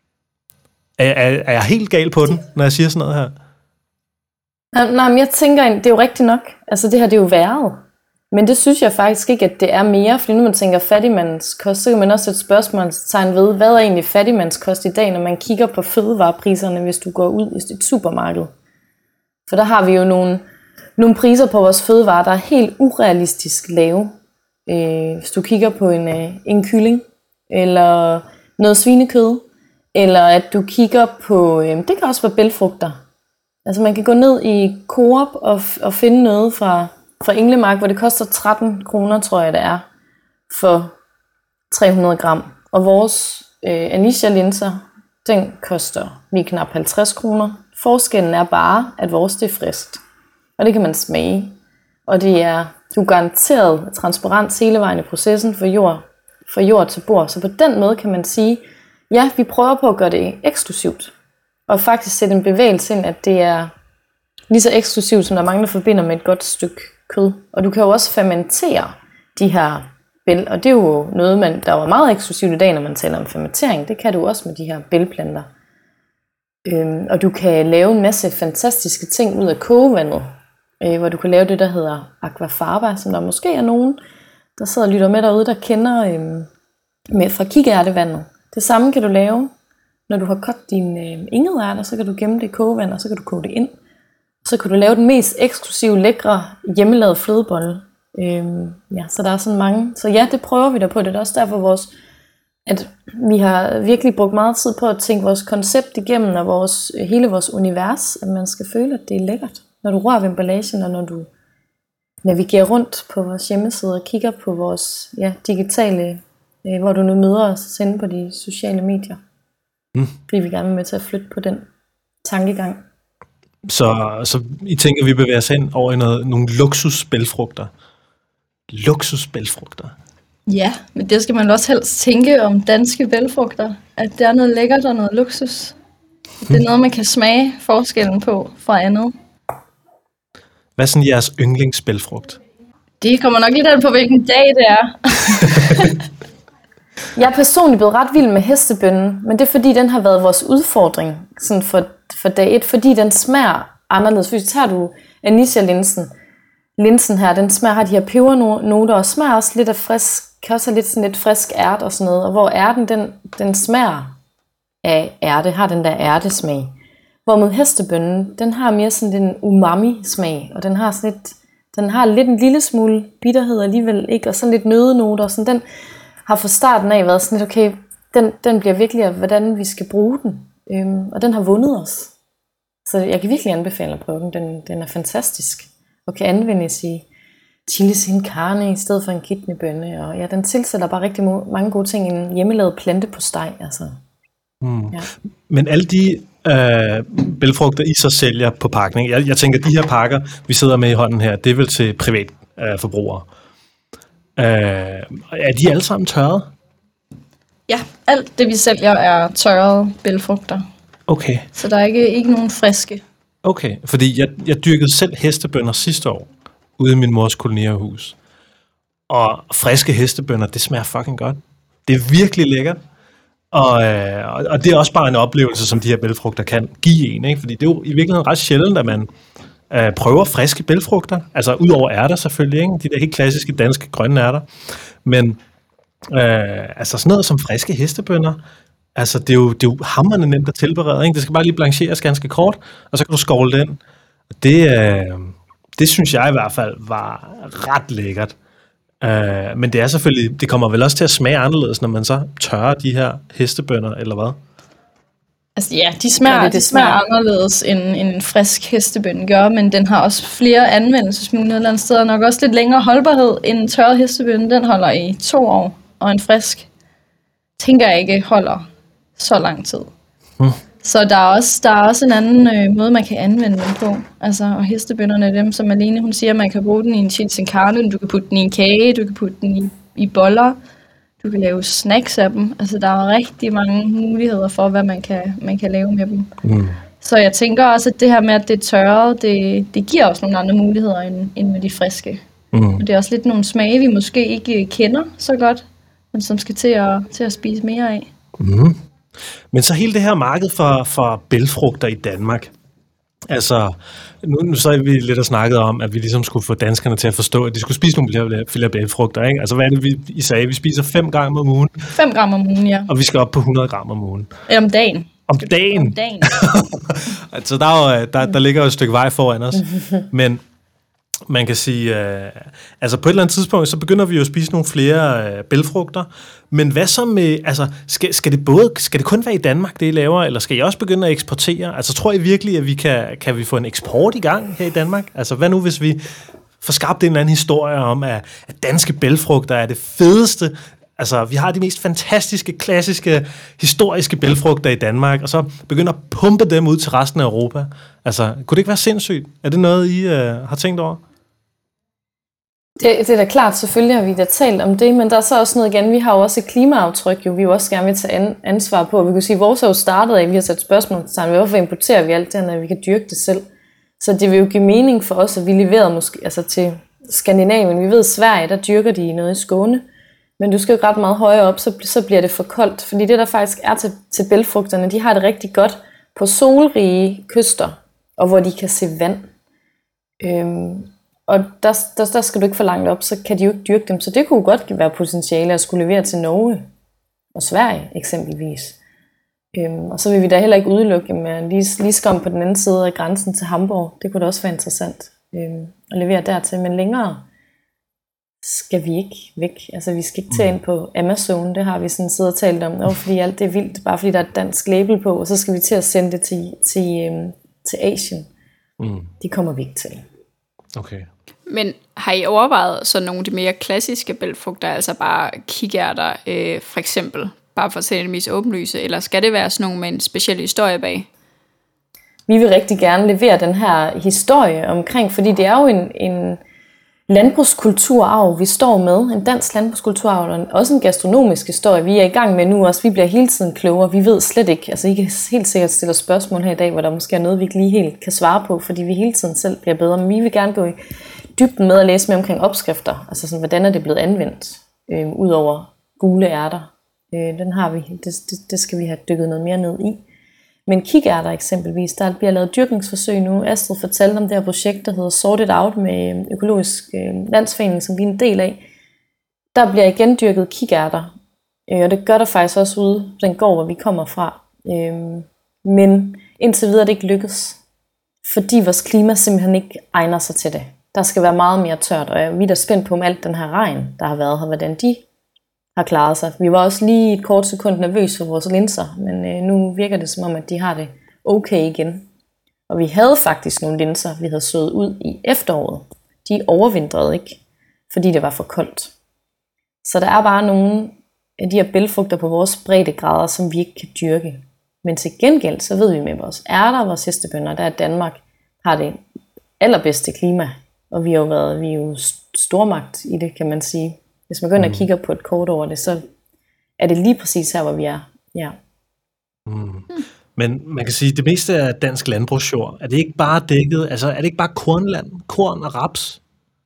Er, er, er jeg helt gal på den, når jeg siger sådan noget her? Nej, nej, men jeg tænker, det er jo rigtigt nok. Altså det her, det er jo været. Men det synes jeg faktisk ikke, at det er mere, fordi nu man tænker fattigmandskost, så kan man også sætte spørgsmålstegn ved, hvad er egentlig fattigmandskost i dag, når man kigger på fødevarepriserne, hvis du går ud i et supermarked. For der har vi jo nogle, nogle priser på vores fødevarer, der er helt urealistisk lave. Øh, hvis du kigger på en, øh, en kylling, eller noget svinekød, eller at du kigger på, øh, det kan også være bælgfrugter. Altså man kan gå ned i Coop og, og finde noget fra... fra Englemark, hvor det koster tretten kroner, tror jeg det er, for tre hundrede gram. Og vores øh, Anisha-linser, den koster lige knap halvtreds kroner. Forskellen er bare, at vores det er friskt. Og det kan man smage. Og det er jo garanteret transparens hele vejen i processen fra jord, fra jord til bord. Så på den måde kan man sige, ja, vi prøver på at gøre det eksklusivt. Og faktisk sætte en bevægelse ind, at det er lige så eksklusivt, som der er mange, der forbinder med et godt stykke kød. Og du kan jo også fermentere de her bæl, og det er jo noget, man, der er meget eksklusivt i dag, når man taler om fermentering. Det kan du også med de her bælgplanter. Øhm, og du kan lave en masse fantastiske ting ud af kogevandet, øh, hvor du kan lave det, der hedder aquafaba, som der måske er nogen, der sidder og lytter med derude, der kender øh, med fra kikærtevandet. Det samme kan du lave, når du har kogt dine øh, ingelærter, så kan du gemme det i kogevand, og så kan du koge det ind. Så kan du lave den mest eksklusive, lækre, hjemmelavede flødebolle. Øhm, ja, så der er sådan mange. Så ja, det prøver vi da på. Det er også derfor, vores, at vi har virkelig brugt meget tid på at tænke vores koncept igennem, og vores, hele vores univers, at man skal føle, at det er lækkert. Når du rører ved emballagen, og når du navigerer rundt på vores hjemmeside og kigger på vores ja, digitale, øh, hvor du nu møder os inde på de sociale medier. Mm. Fordi vi gerne vil med til at flytte på den tankegang. Så, så I tænker, at vi bevæger os ind over i noget, nogle luksusbælgfrugter. Luksusbælgfrugter. Ja, men det skal man også helst tænke om danske bælgfrugter. At det er noget lækkert og noget luksus. Det er noget, man kan smage forskellen på fra andet. Hvad er sådan jeres yndlingsbælgfrugt? Det kommer nok lidt an på, hvilken dag det er. Jeg er personligt blevet ret vild med hestebønnen, men det er fordi, den har været vores udfordring sådan for, for dag et, fordi den smager anderledes. Hvis tager du Anisha-linsen, linsen her, den smager, har de her pebernoter, og smager også lidt af frisk, kan også have lidt, sådan lidt frisk ært og sådan noget, og hvor ærten, den, den smager af ærte, har den der ærtesmag. Hvorimod hestebønnen, den har mere sådan en umami-smag, og den har sådan lidt, den har lidt en lille smule bitterhed alligevel, ikke? Og sådan lidt nødenoter, og sådan den har fra starten af været sådan lidt, okay, den, den bliver virkelig af, hvordan vi skal bruge den. Øhm, og den har vundet os. Så jeg kan virkelig anbefale at prøve den. Den, den er fantastisk. Og kan anvendes i chili sin carne i stedet for en kidneybønne. Og ja, den tilsætter bare rigtig mange gode ting i en hjemmelavet plante på steg. Altså. Mm. Ja. Men alle de øh, bælgfrugter, I så sælger på pakning, jeg, jeg tænker, de her pakker, vi sidder med i hånden her, det er vel til privat øh, forbrugere. Øh, er de alle sammen tørret? Ja, alt det vi sælger er tørrede bælgfrugter. Okay. Så der er ikke, ikke nogen friske. Okay, fordi jeg, jeg dyrkede selv hestebønner sidste år, ude i min mors kolonierhus. Og friske hestebønner, det smager fucking godt. Det er virkelig lækkert. Og, øh, og det er også bare en oplevelse, som de her bælgfrugter kan give en, ikke? Fordi det er jo i virkeligheden ret sjældent, at man øh, prøver friske bælgfrugter. Altså ud over ærter selvfølgelig, ikke? De der helt klassiske danske grønne ærter. Men øh, altså sådan noget som friske hestebønner, altså det er jo, det er jo hamrende nemt at tilberede, ikke? Det skal bare lige blancheres ganske kort, og så kan du skovle det ind. Det, øh, det synes jeg i hvert fald var ret lækkert. Uh, men det er selvfølgelig, det kommer vel også til at smage anderledes, når man så tørrer de her hestebønner, eller hvad? Altså ja, de smager, ja, det, det de smager anderledes, end, end en frisk hestebønne gør, men den har også flere anvendelsesmuligheder et eller andet sted, og nok også lidt længere holdbarhed end en tørret hestebønne. Den holder i to år, og en frisk tænker jeg ikke holder så lang tid. Hmm. Så der er også, der er også en anden øh, måde, man kan anvende den på. Altså, og hestebønnerne er dem, som Alene hun siger, man kan bruge den i en chili sin carne, du kan putte den i en kage, du kan putte den i, i boller, du kan lave snacks af dem. Altså, der er rigtig mange muligheder for, hvad man kan, man kan lave med dem. Mm. Så jeg tænker også, at det her med, at det er tørret, det, det giver også nogle andre muligheder end, end med de friske. Mm. Og det er også lidt nogle smage, vi måske ikke kender så godt, men som skal til at, til at spise mere af. Mm. Men så hele det her marked for, for bælgfrugter i Danmark. Altså, nu, nu så er vi lidt og snakket om, at vi ligesom skulle få danskerne til at forstå, at de skulle spise nogle flere bælgfrugter, ikke? Altså, hvad er det, vi I sagde? Vi spiser fem gram om ugen. fem gram om ugen, ja. Og vi skal op på hundrede gram om ugen. Om dagen. Om dagen? Om dagen. Altså, der, er jo, der, der ligger jo et stykke vej foran os. Men man kan sige, øh, altså på et eller andet tidspunkt, så begynder vi jo at spise nogle flere øh, bælgfrugter. Men hvad så med, altså, skal, skal, det både, skal det kun være i Danmark, det I laver, eller skal I også begynde at eksportere? Altså, tror I virkelig, at vi kan, kan vi få en eksport i gang her i Danmark? Altså, hvad nu, hvis vi får skabt en eller anden historie om, at, at danske bælgfrugter er det fedeste? Altså, vi har de mest fantastiske, klassiske, historiske bælgfrugter i Danmark, og så begynder at pumpe dem ud til resten af Europa. Altså, kunne det ikke være sindssygt? Er det noget, I øh, har tænkt over? Det, det er da klart, selvfølgelig har vi da talt om det, men der er så også noget igen, vi har jo også et klimaaftryk, jo, vi jo også gerne vil tage an, ansvar på. Vi kan sige, vores er jo startet af, at vi har sat spørgsmålstegn ved, hvorfor importerer vi alt det her, når vi kan dyrke det selv. Så det vil jo give mening for os, at vi leverer måske, altså til Skandinavien. Vi ved, Sverige, der dyrker de noget i Skåne, men du skal jo ret meget højere op, så, så bliver det for koldt. Fordi det, der faktisk er til, til bælgfrugterne, de har det rigtig godt på solrige kyster, og hvor de kan se vand. Øhm, Og der, der, der skal du ikke for langt op, så kan de jo ikke dyrke dem. Så det kunne godt være potentiale at skulle levere til Norge og Sverige eksempelvis. Øhm, og så vil vi da heller ikke udelukke med lige, lige skam på den anden side af grænsen til Hamburg. Det kunne da også være interessant øhm, at levere dertil. Men længere skal vi ikke væk. Altså vi skal ikke tage ind på Amazon. Det har vi sådan siddet og talt om. Nå, fordi alt det er vildt, bare fordi der er et dansk label på. Og så skal vi til at sende det til, til, øhm, til Asien. Mm. Det kommer vi ikke til. Okay. Men har I overvejet så nogle af de mere klassiske bælgfrugter, altså bare kikærter øh, for eksempel, bare for at se det mest åbenlyse, eller skal det være sådan nogle med en speciel historie bag? Vi vil rigtig gerne levere den her historie omkring, fordi det er jo en, en landbrugskulturarv, vi står med, en dansk landbrugskulturarv, og også en gastronomisk historie, vi er i gang med nu også. Vi bliver hele tiden klogere, vi ved slet ikke, altså I kan helt sikkert stille spørgsmål her i dag, hvor der måske er noget, vi ikke lige helt kan svare på, fordi vi hele tiden selv bliver bedre, men vi vil gerne gå i dybden med at læse mere omkring opskrifter, altså sådan, hvordan er det blevet anvendt, øh, ud over gule ærter. Øh, den har vi, det, det, det skal vi have dykket noget mere ned i. Men kikærter eksempelvis, der bliver lavet dyrkningsforsøg nu. Astrid fortalte om det her projekt, der hedder Sorted Out med Økologisk øh, Landsforening, som vi er en del af. Der bliver igen dyrket kikærter, øh, og det gør der faktisk også ude på den gård, hvor vi kommer fra. Øh, men indtil videre er det ikke lykkes, fordi vores klima simpelthen ikke egner sig til det. Der skal være meget mere tørt, og vi er da spændt på, om alt den her regn, der har været her, hvordan de har klaret sig. Vi var også lige et kort sekund nervøs for vores linser, men øh, nu virker det som om, at de har det okay igen. Og vi havde faktisk nogle linser, vi havde sået ud i efteråret. De overvintrede ikke, fordi det var for koldt. Så der er bare nogle af de her bælgfrugter på vores breddegrader, som vi ikke kan dyrke. Men til gengæld, så ved vi med vores ærter og vores hestebønner, der er Danmark, har det allerbedste klima. Og vi har jo været, vi er jo stormagt i det, kan man sige. Hvis man går ind og kigger på et kort over det, så er det lige præcis her, hvor vi er. Ja. Mm. Men man kan sige, at det meste af dansk landbrugsjord, er det ikke bare dækket, altså er det ikke bare kornland, korn og raps?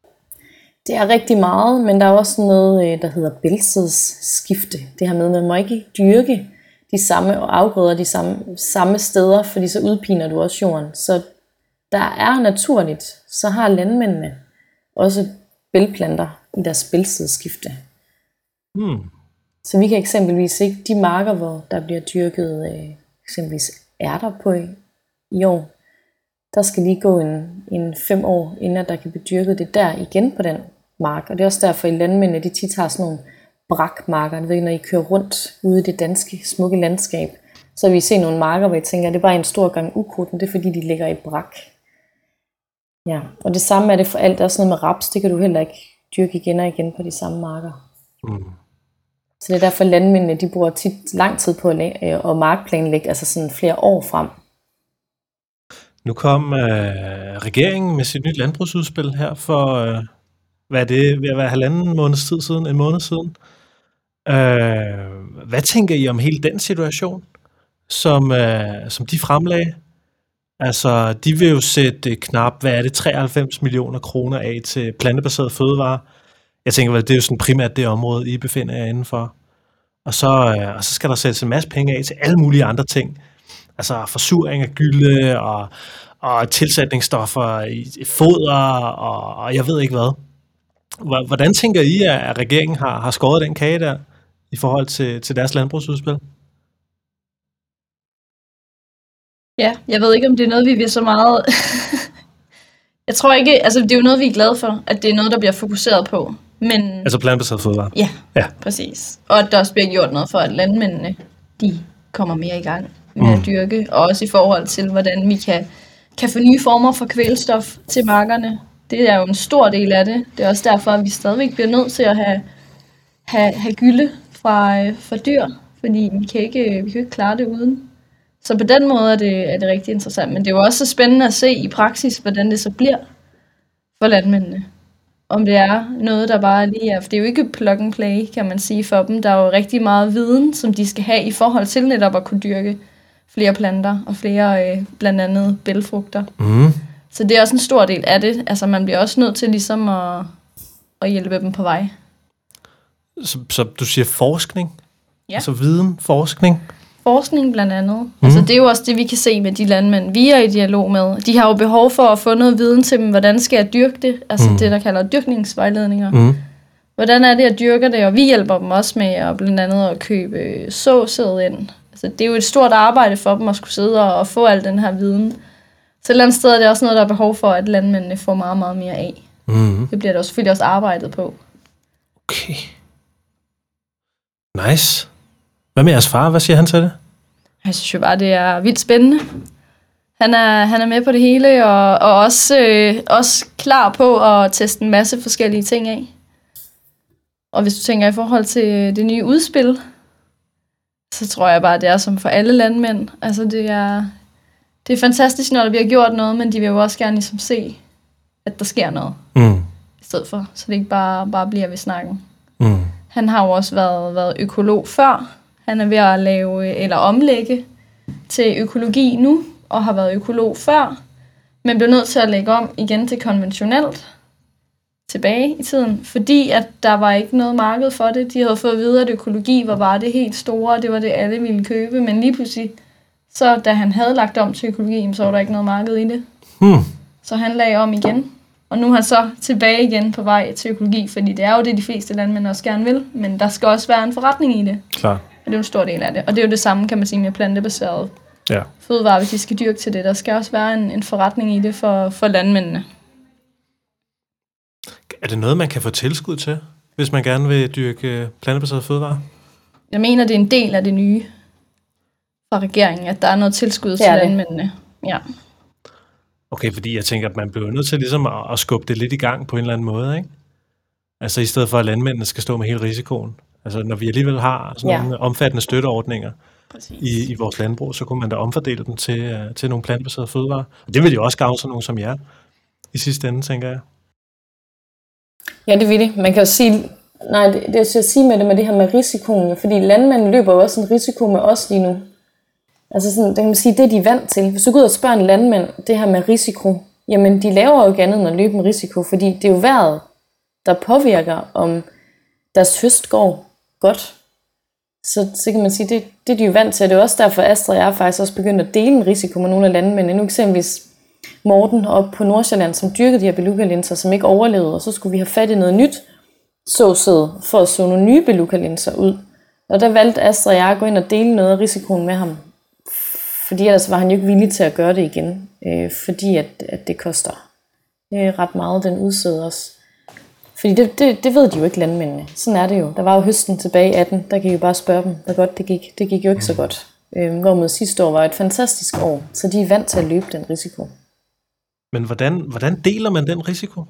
Det er rigtig meget, men der er også noget, der hedder bælgsedsskifte. Det her med, at man må ikke dyrke de samme afgrøder de samme, samme steder, fordi så udpiner du også jorden. Så der er naturligt, så har landmændene også bælgplanter i deres bælgsedsskifte. Hmm. Så vi kan eksempelvis ikke, de marker, hvor der bliver dyrket øh, eksempelvis ærter på i, i år, der skal lige gå en, en fem år, inden der kan blive dyrket det der igen på den mark. Og det er også derfor, at landmændene de tit har sådan nogle brakmarker. Du ved, når I kører rundt ude i det danske smukke landskab, så vil I se nogle marker, hvor I tænker, at det er bare en stor gang ukrudt, men det er fordi, de ligger i brak. Ja, og det samme er det for alt. Der er sådan noget med raps, det kan du heller ikke dyrke igen og igen på de samme marker. Mm. Så det er derfor landmændene, de bruger tit lang tid på at, øh, at markplanlægge, altså sådan flere år frem. Nu kom øh, regeringen med sit nyt landbrugsudspil her for, øh, hvad er det, ved at være halvanden måneds tid siden, en måned siden. Øh, hvad tænker I om hele den situation, som, øh, som de fremlagde? Altså, de vil jo sætte knap, hvad er det, treoghalvfems millioner kroner af til plantebaseret fødevarer. Jeg tænker vel, det er jo sådan primært det område, I befinder jer indenfor. Og så, øh, og så skal der sættes en masse penge af til alle mulige andre ting. Altså forsuring af gylde og, og tilsætningsstoffer i, i foder og, og jeg ved ikke hvad. Hvordan tænker I, at regeringen har, har skåret den kage der i forhold til, til deres landbrugsudspil? Ja, jeg ved ikke, om det er noget, vi vil så meget. Jeg tror ikke, altså det er jo noget, vi er glade for, at det er noget, der bliver fokuseret på. Men altså plantebaseret fødevarer? Ja, ja, præcis. Og at der også bliver gjort noget for, at landmændene, de kommer mere i gang med mm. at dyrke. Og også i forhold til, hvordan vi kan, kan få nye former for kvælstof til markerne. Det er jo en stor del af det. Det er også derfor, at vi stadigvæk bliver nødt til at have, have, have gylde fra, fra dyr. Fordi vi kan, ikke, vi kan ikke klare det uden. Så på den måde er det, er det rigtig interessant. Men det er jo også så spændende at se i praksis, hvordan det så bliver for landmændene. Om det er noget, der bare lige er... For det er jo ikke plug and play, kan man sige, for dem. Der er jo rigtig meget viden, som de skal have i forhold til netop at kunne dyrke flere planter og flere, øh, blandt andet bælgfrugter. Mm. Så det er også en stor del af det. Altså man bliver også nødt til ligesom at, at hjælpe dem på vej. Så, så du siger forskning? Ja. Altså viden, forskning? Forskning blandt andet. Mm. Altså det er jo også det, vi kan se med de landmænd, vi er i dialog med. De har jo behov for at få noget viden til dem, hvordan skal jeg dyrke det? Altså mm. det, der kalder dyrkningsvejledninger. Mm. Hvordan er det, jeg dyrker det? Og vi hjælper dem også med at blandt andet at købe såsæd ind. Altså det er jo et stort arbejde for dem at skulle sidde og få al den her viden. Så et eller andet sted er det også noget, der er behov for, at landmændene får meget, meget mere af. Mm. Det bliver der selvfølgelig også arbejdet på. Okay. Nice. Hvad med jeres far? Hvad siger han til det? Jeg synes jo bare, det er vildt spændende. Han er, han er med på det hele, og, og også, øh, også klar på at teste en masse forskellige ting af. Og hvis du tænker i forhold til det nye udspil, så tror jeg bare, det er som for alle landmænd. Altså det er, det er fantastisk, når der bliver gjort noget, men de vil jo også gerne ligesom se, at der sker noget. Mm. I stedet for, så det ikke bare, bare bliver ved snakken. Mm. Han har jo også været, været økolog før. Han er ved at lave eller omlægge til økologi nu, og har været økolog før, men blev nødt til at lægge om igen til konventionelt tilbage i tiden, fordi at der var ikke noget marked for det. De havde fået at vide, at økologi var bare det helt store, og det var det, alle ville købe, men lige pludselig, så da han havde lagt om til økologi, så var der ikke noget marked i det. Hmm. Så han lagde om igen, og nu er han så tilbage igen på vej til økologi, fordi det er jo det, de fleste landmænd også gerne vil, men der skal også være en forretning i det. Klar. Og det er jo en stor del af det. Og det er jo det samme, kan man sige, med plantebaseret ja. fødevarer, hvis de skal dyrke til det. Der skal også være en, en forretning i det for, for landmændene. Er det noget, man kan få tilskud til, hvis man gerne vil dyrke plantebaseret fødevarer? Jeg mener, det er en del af det nye fra regeringen, at der er noget tilskud til landmændene. Ja. Okay, fordi jeg tænker, at man bliver nødt til ligesom at, at skubbe det lidt i gang på en eller anden måde, ikke? Altså i stedet for, at landmændene skal stå med hele risikoen. Altså når vi alligevel har sådan ja. nogle omfattende støtteordninger i, i vores landbrug, så kunne man da omfordele dem til, uh, til nogle plantebaserede fødevarer. Og det vil jo også gavne sådan nogen som jer i sidste ende, tænker jeg. Ja, det vil det. Man kan jo sige, nej, det, det er at sige med det med det her med risikoen, fordi landmændene løber jo også en risiko med os lige nu. Altså sådan, det kan man sige, det er de vant til. Hvis du går ud og spørger en landmand, det her med risiko, jamen de laver jo ikke andet end at løbe en risiko, fordi det er jo vejret, der påvirker, om deres høst går godt. Så, så kan man sige, det, det er de jo vant til. Det er også derfor, Astrid og jeg er faktisk også begyndt at dele en risiko med nogle af landmændene. Nu eksempelvis Morten op på Nordsjælland, som dyrkede de her beluga-linser, som ikke overlevede, og så skulle vi have fat i noget nyt såsæd for at så nogle nye beluga-linser ud. Og der valgte Astrid og jeg at gå ind og dele noget af risikoen med ham. Fordi ellers var han jo ikke villig til at gøre det igen. Øh, fordi at, at det koster øh, ret meget, den udsæd også. Fordi det, det, det ved de jo ikke, landmændene. Sådan er det jo. Der var jo høsten tilbage i atten, der kan I jo bare spørge dem, hvor godt det gik. Det gik jo ikke så godt. Øh, hvorimod sidste år var et fantastisk år, så de er vant til at løbe den risiko. Men hvordan, hvordan deler man den risiko?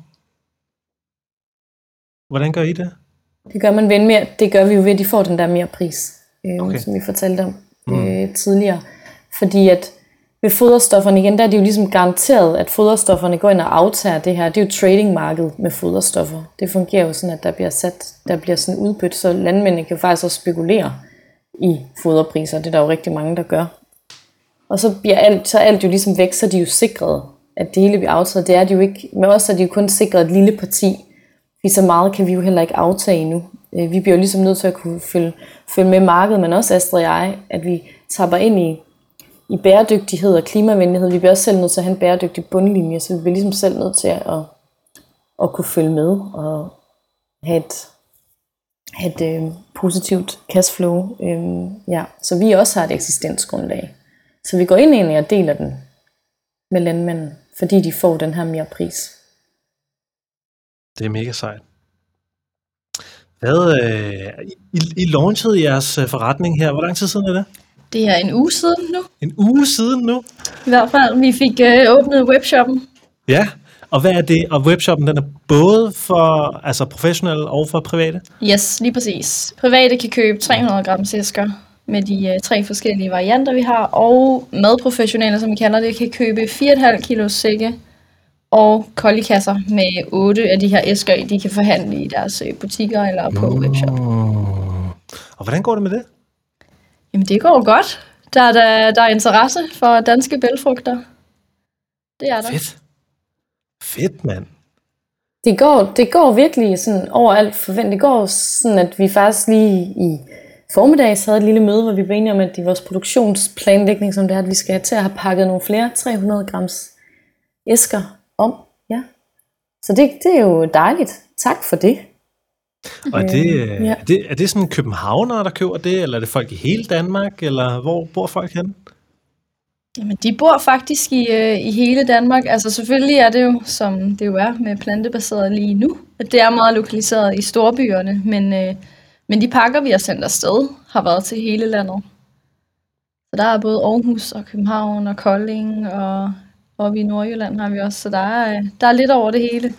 Hvordan gør I det? Det gør man ved mere. Det gør vi jo ved, at de får den der mere pris, øh, okay. som vi fortalte om øh, mm. tidligere. Fordi at ved foderstofferne igen, der er det jo ligesom garanteret, at foderstofferne går ind og aftager det her. Det er jo tradingmarkedet med foderstoffer. Det fungerer jo sådan, at der bliver sat, der bliver sådan udbytte, så landmændene kan jo faktisk også spekulere i foderpriser. Det er der jo rigtig mange, der gør. Og så bliver alt, så er alt jo ligesom væk, så er de jo sikret, at det hele bliver aftaget. Det er de jo ikke. Med os er de jo kun sikret et lille parti. Fordi så meget kan vi jo heller ikke aftage endnu. Vi bliver jo ligesom nødt til at kunne følge, følge med markedet, men også Astrid og jeg, at vi tapper ind i, i bæredygtighed og klimavenlighed. Vi bliver også selv nødt til at have en bæredygtig bundlinje, så vi bliver ligesom selv nødt til at, at, at kunne følge med og have et, have et øh, positivt cashflow. Øh, ja. Så vi også har et eksistensgrundlag. Så vi går ind egentlig og deler den med landmænden, fordi de får den her mere pris. Det er mega sejt. Hvad, øh, I, I launchede jeres forretning her. Hvor lang tid siden er det? Det er en uge siden nu. En uge siden nu? I hvert fald, vi fik øh, åbnet webshoppen. Ja, og hvad er det? Og webshoppen, den er både for altså professionelle og for private? Yes, lige præcis. Private kan købe tre hundrede gram æsker med de øh, tre forskellige varianter, vi har. Og madprofessionelle, som vi kalder det, kan købe fire komma fem kilo sække og koldikasser med otte af de her æsker, de kan forhandle i deres butikker eller på mm. webshop. Og hvordan går det med det? Jamen det går godt. Der er, der, der er interesse for danske bælgfrugter. Det er der. Fedt. Fedt, mand. Det går, det går virkelig sådan overalt forventet. Det går sådan, at vi faktisk lige i formiddags havde et lille møde, hvor vi blev enige om, at i vores produktionsplanlægning, som det er, at vi skal have til at have pakket nogle flere tre hundrede grams æsker om. Ja. Så det, det er jo dejligt. Tak for det. Og er det, øh, ja. er det, er det sådan københavnere, der køber det, eller er det folk i hele Danmark, eller hvor bor folk henne? Jamen, de bor faktisk i, øh, i hele Danmark. Altså selvfølgelig er det jo, som det jo er med plantebaseret lige nu, at det er meget lokaliseret i storbyerne, men, øh, men de pakker, vi har sendt afsted, har været til hele landet. Så der er både Aarhus og København og Kolding, og oppe i Nordjylland har vi også, så der er, der er lidt over det hele.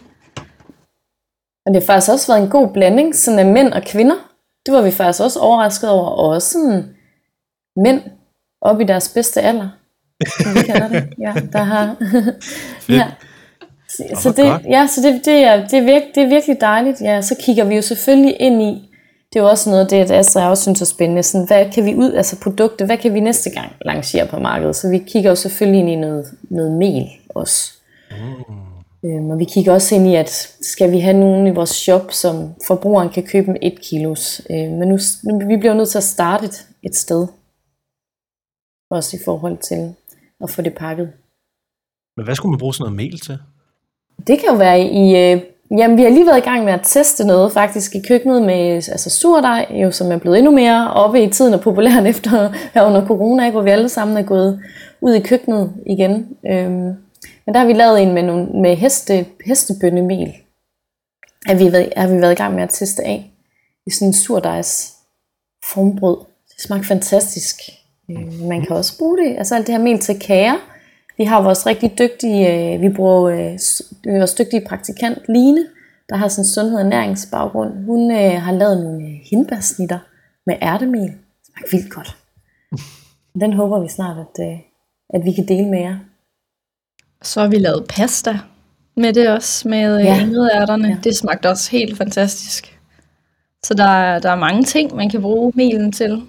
Og det har faktisk også været en god blanding, sådan af mænd og kvinder. Det var vi faktisk også overrasket over, og også sådan mænd op i deres bedste alder, som vi kalder det. Ja, der har. ja. Så, så det, ja, så det, det, er, det, er virke, det er virkelig dejligt. Ja, så kigger vi jo selvfølgelig ind i, det er jo også noget af det, at Astrid også synes er spændende. Sådan, hvad kan vi ud, altså produkter, hvad kan vi næste gang lancere på markedet? Så vi kigger jo selvfølgelig ind i noget, noget mel også. Mm. Øhm, og vi kigger også ind i, at skal vi have nogen i vores shop, som forbrugeren kan købe med et kilos. Øhm, men nu, nu vi bliver nødt til at starte et, et sted. Også i forhold til at få det pakket. Men hvad skulle man bruge sådan noget mel til? Det kan jo være i... Øh, jamen, vi har lige været i gang med at teste noget faktisk i køkkenet med altså surdej, jo, som er blevet endnu mere oppe i tiden og populært efter her under corona, ikke, hvor vi alle sammen er gået ud i køkkenet igen. Øhm, men der har vi lavet en med, nogle, med heste, hestebønnemel. Har vi, været, har vi været i gang med at teste af i sådan en surdejs formbrød. Det smager fantastisk. Øh, man kan også bruge det, altså alt det her mel til kager. Vi har vores rigtig dygtige, vi bruger øh, vores dygtige praktikant Line, der har sådan en sundhed- og næringsbaggrund. Hun øh, har lavet nogle hindbærsnitter med ærtemel. Det smager vildt godt. Den håber vi snart, at, øh, at vi kan dele med jer. Så har vi lavet pasta med det også, med ja. ingredærterne. Ja. Det smagte også helt fantastisk. Så der er, der er mange ting, man kan bruge melen til.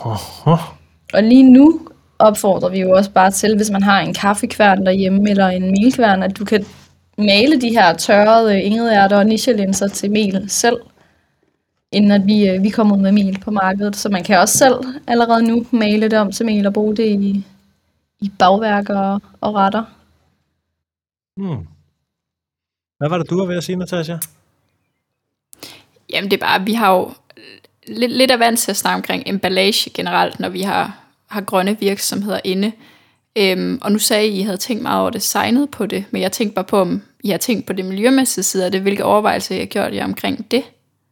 Og lige nu opfordrer vi jo også bare til, hvis man har en kaffekværn derhjemme, eller en melkværn, at du kan male de her tørrede ingredærter og nichelinser til mel selv, inden at vi, vi kommer med mel på markedet. Så man kan også selv allerede nu male det om til mel og bruge det i, i bagværker og, og retter. Hmm. Hvad var det, du var ved at sige, Natasja? Jamen det er bare, vi har jo lidt, lidt af vant til at snakke omkring emballage generelt, når vi har har grønne virksomheder inde. Øhm, og nu sagde I, at I havde tænkt meget over designet på det, men jeg tænkte bare på, om I har tænkt på det miljømæssige side af det. Hvilke overvejelser I har gjort jer omkring det?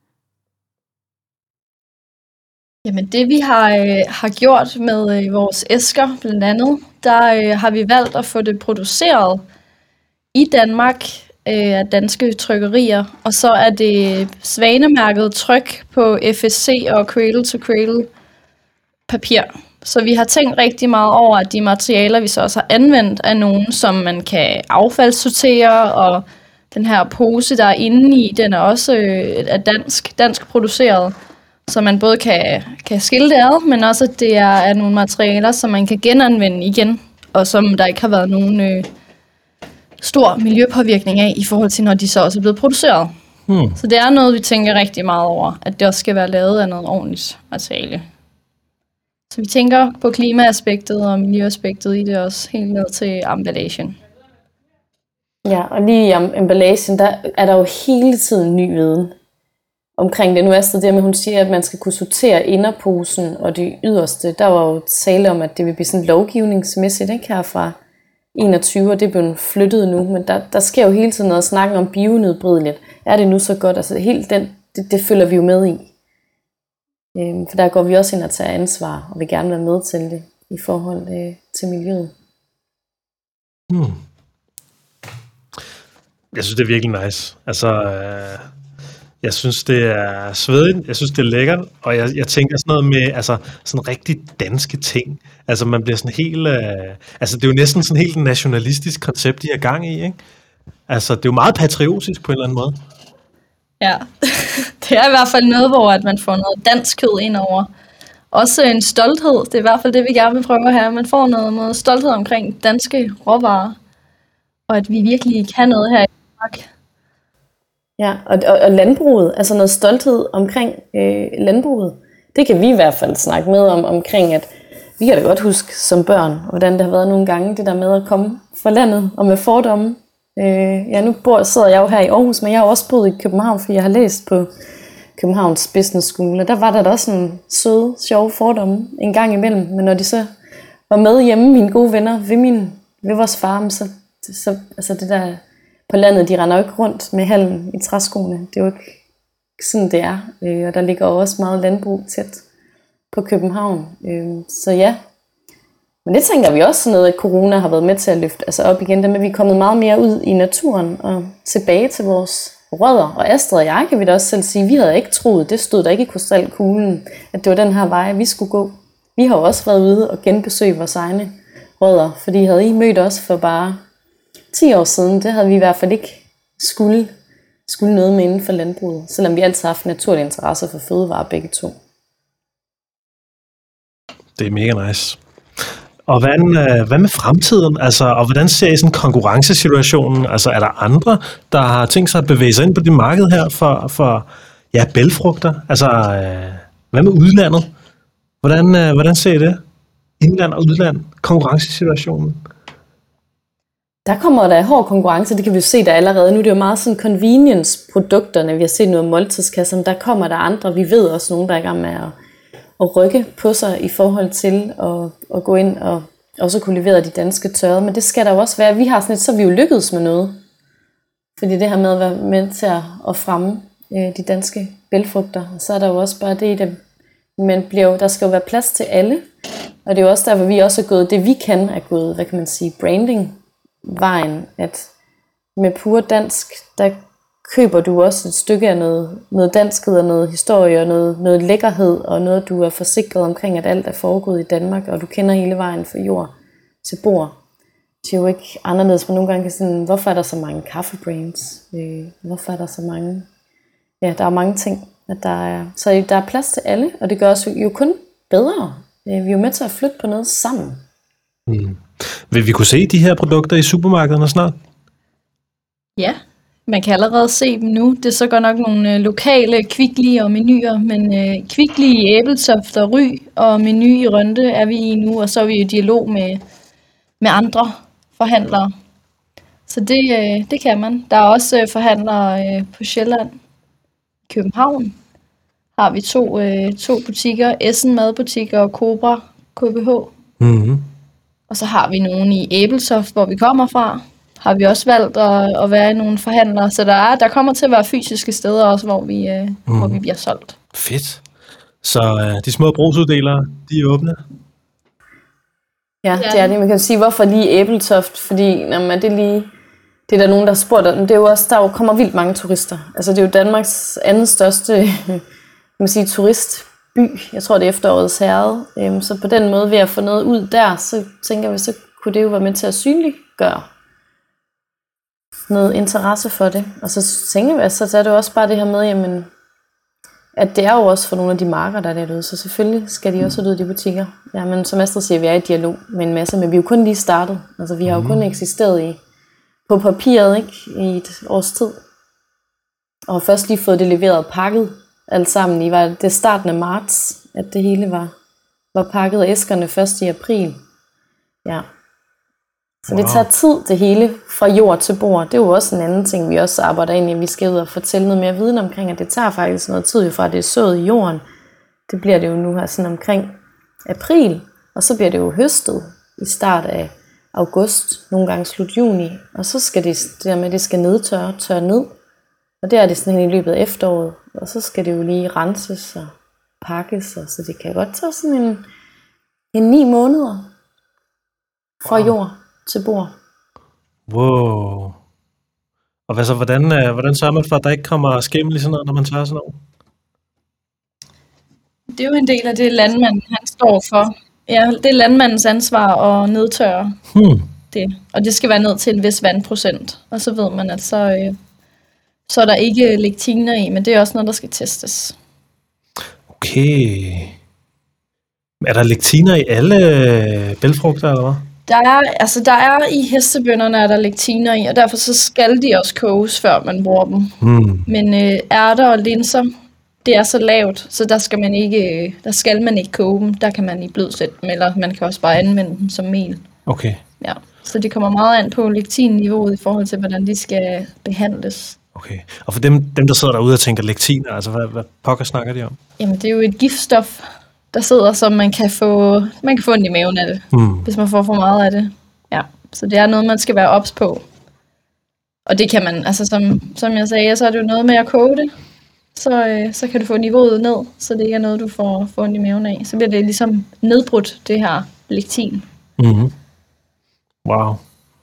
Jamen det vi har, øh, har gjort med øh, vores æsker blandt andet, der øh, har vi valgt at få det produceret i Danmark øh, af danske trykkerier, og så er det svanemærket tryk på F S C og Cradle to Cradle papir. Så vi har tænkt rigtig meget over, at de materialer, vi så også har anvendt, er nogle, som man kan affaldssortere, og den her pose, der er inde i, den er også øh, er dansk, dansk produceret. så man både kan, kan skille det ad, men også at det er, er nogle materialer, som man kan genanvende igen, og som der ikke har været nogen øh, stor miljøpåvirkning af, i forhold til når de så også er blevet produceret. Hmm. Så det er noget, vi tænker rigtig meget over, at det også skal være lavet af noget ordentligt materiale. Så vi tænker på klimaaspektet og miljøaspektet i det også, helt ned til emballagen. Ja, og lige i emballagen, der er der jo hele tiden ny viden omkring det. Nu er det der med, hun siger, at man skal kunne sortere inderposen og det yderste. Der var jo tale om, at det vil blive sådan lovgivningsmæssigt, ikke, her fra enogtyve, og det er blevet flyttet nu. Men der, der sker jo hele tiden noget snakken om bionedbrydeligt. Er det nu så godt? Altså helt den, det, det følger vi jo med i. Øhm, for der går vi også ind og tager ansvar, og vil gerne være med til det i forhold øh, til miljøet. Hmm. Jeg synes, det er virkelig nice. Altså, øh, jeg synes, det er svedigt, jeg synes, det er lækkert, og jeg, jeg tænker sådan noget med, altså, sådan rigtig danske ting. Altså, man bliver sådan helt, øh, altså, det er jo næsten sådan helt nationalistisk koncept, de har gang i, ikke? Altså, det er jo meget patriotisk på en eller anden måde. Ja, det er i hvert fald noget, hvor at man får noget danskhed ind over. Også en stolthed, det er i hvert fald det, vi gerne vil prøve her. Man får noget, noget stolthed omkring danske råvarer, og at vi virkelig kan noget her i Danmark. Ja, og, og, og landbruget, altså noget stolthed omkring øh, landbruget, det kan vi i hvert fald snakke med om, omkring, at vi kan da godt huske som børn, hvordan det har været nogle gange, det der med at komme fra landet og med fordomme. Øh, ja, nu bor, sidder jeg jo her i Aarhus, men jeg har også boet i København, fordi jeg har læst på Københavns Business School, og der var der da også nogle søde, sjove fordomme en gang imellem, men når de så var med hjemme, mine gode venner, ved, min, ved vores farm, så, så altså det der på landet, de render jo ikke rundt med halen i træskoene, det er jo ikke sådan det er, øh, og der ligger også meget landbrug tæt på København, øh, så ja. Men det tænker vi også sådan noget, at corona har været med til at løfte altså op igen, det med, at vi er kommet meget mere ud i naturen og tilbage til vores rødder. Og Astrid og jeg kan vi da også selv sige, vi havde ikke troet, det stod der ikke i krystalkuglen, at det var den her vej, vi skulle gå. Vi har jo også været ude og genbesøge vores egne rødder, fordi havde I mødt os for bare ti år siden, det havde vi i hvert fald ikke skulle, skulle noget med inden for landbruget, selvom vi altid har haft naturlig interesse for fødevarer begge to. Det er mega nice. Og hvad, hvad med fremtiden? Altså, og hvordan ser I sådan konkurrencesituationen? Altså, er der andre, der har tænkt sig at bevæge sig ind på det marked her for, for ja, bælgfrugter? Altså, hvad med udlandet? Hvordan, hvordan ser I det? Indland og udland, konkurrencesituationen? Der kommer der hård konkurrence, det kan vi jo se der allerede. Nu er det jo meget sådan convenience-produkterne, vi har set noget måltidskasser, der kommer der andre. Vi ved også nogen, der er i gang med at at rykke på sig i forhold til at, at gå ind og også kunne levere de danske tørrede. Men det skal der jo også være. Vi har sådan et, så er vi jo lykkedes med noget. Fordi det her med at være med til at, at fremme øh, de danske bælgfrugter, så er der jo også bare det i det, man bliver jo, der skal jo være plads til alle. Og det er jo også der, hvor vi også er gået, det vi kan, er gået, hvad kan man sige, branding-vejen. At med pure dansk, der køber du også et stykke af noget, noget danskhed og noget historie og noget, noget lækkerhed og noget, du er forsikret omkring, at alt er foregået i Danmark, og du kender hele vejen fra jord til bord. Det er jo ikke anderledes, men nogle gange kan sådan, hvorfor er der så mange kaffebrands? Øh, hvorfor er der så mange? Ja, der er mange ting, at der er, så der er plads til alle, og det gør os jo kun bedre. Vi er jo med til at flytte på noget sammen. Mm. Vil vi kunne se de her produkter i supermarkederne snart? Ja. Man kan allerede se dem nu. Det er så godt nok nogle øh, lokale Kvickly og Menuer, men øh, Kvickly i Ebeltoft og Ry og Menu i Rønde er vi i nu, og så er vi i dialog med, med andre forhandlere. Så det, øh, det kan man. Der er også øh, forhandlere øh, på Sjælland. I København har vi to, øh, to butikker, Essen Madbutikker og Cobra K B H. Mm-hmm. Og så har vi nogle i Ebeltoft, hvor vi kommer fra. Har vi også valgt at, at være i nogle forhandlere, så der, er, der kommer til at være fysiske steder også, hvor vi, øh, mm. hvor vi bliver solgt. Fedt. Så øh, de små brugsuddelere, de er åbne? Ja, det er det. Man kan sige, hvorfor lige Ebeltoft, fordi jamen, det er lige, det er der nogen, der har spurgt, men det er jo også, der kommer vildt mange turister. Altså det er jo Danmarks anden største man sige, turistby. Jeg tror, det er efterårets Herred. Så på den måde, ved at få noget ud der, så tænker vi, så kunne det jo være med til at synliggøre noget interesse for det. Og så tænker vi, så er det jo også bare det her med, jamen, at det er jo også for nogle af de marker, der er derude, så selvfølgelig skal de også ud i de butikker. Ja, men som Astrid siger, vi er i dialog med en masse, men vi er jo kun lige startet. Altså vi har jo kun eksisteret i, på papiret, ikke, i et års tid. Og har først lige fået det leveret og pakket alt sammen. I var det starten af marts, at det hele var, var pakket, og æskerne først i april. Ja. Så wow. Det tager tid, det hele, fra jord til bord. Det er jo også en anden ting, vi også arbejder ind i. Vi skal ud og fortælle noget mere viden omkring, at det tager faktisk noget tid fra, at det er sået i jorden. Det bliver det jo nu her sådan omkring april, og så bliver det jo høstet i start af august, nogle gange slut juni. Og så skal det, dermed, det skal nedtørre, tørre ned. Og det er det sådan i løbet af efteråret. Og så skal det jo lige renses og pakkes, og så det kan godt tage sådan en, en ni måneder fra wow. jord til bord. Wow. Og hvad så, hvordan, øh, hvordan sørger man for, at der ikke kommer skimmel i sådan noget, når man tørrer sådan noget? Det er jo en del af det, landmanden han står for. Ja, det er landmandens ansvar at nedtørre hmm. det. Og det skal være ned til en vis vandprocent. Og så ved man, at så, øh, så er der ikke lektiner i, men det er også noget, der skal testes. Okay. Er der lektiner i alle bælgfrugter, eller hvad? Der er, altså der er i hestebønnerne er der lektiner i, og derfor så skal de også koges, før man bruger dem. Hmm. Men øh, ærter og linser, det er så lavt, så der skal man ikke, der skal man ikke koge dem. Der kan man i blødsætte dem, eller man kan også bare anvende dem som mel. Okay. Ja, så det kommer meget an på lektinniveauet i forhold til, hvordan de skal behandles. Okay, og for dem, dem der sidder derude og tænker lektiner, altså hvad, hvad pokker snakker de om? Jamen det er jo et giftstof, der sidder, som man kan få, man kan få ondt i maven af det, hmm. hvis man får for meget af det. Ja, så det er noget, man skal være ops på. Og det kan man, altså som, som jeg sagde, så er det jo noget med at koge det. Så, øh, så kan du få niveauet ned, så det ikke er noget, du får, får ondt i maven af. Så bliver det ligesom nedbrudt, det her lektin. Mm-hmm. Wow.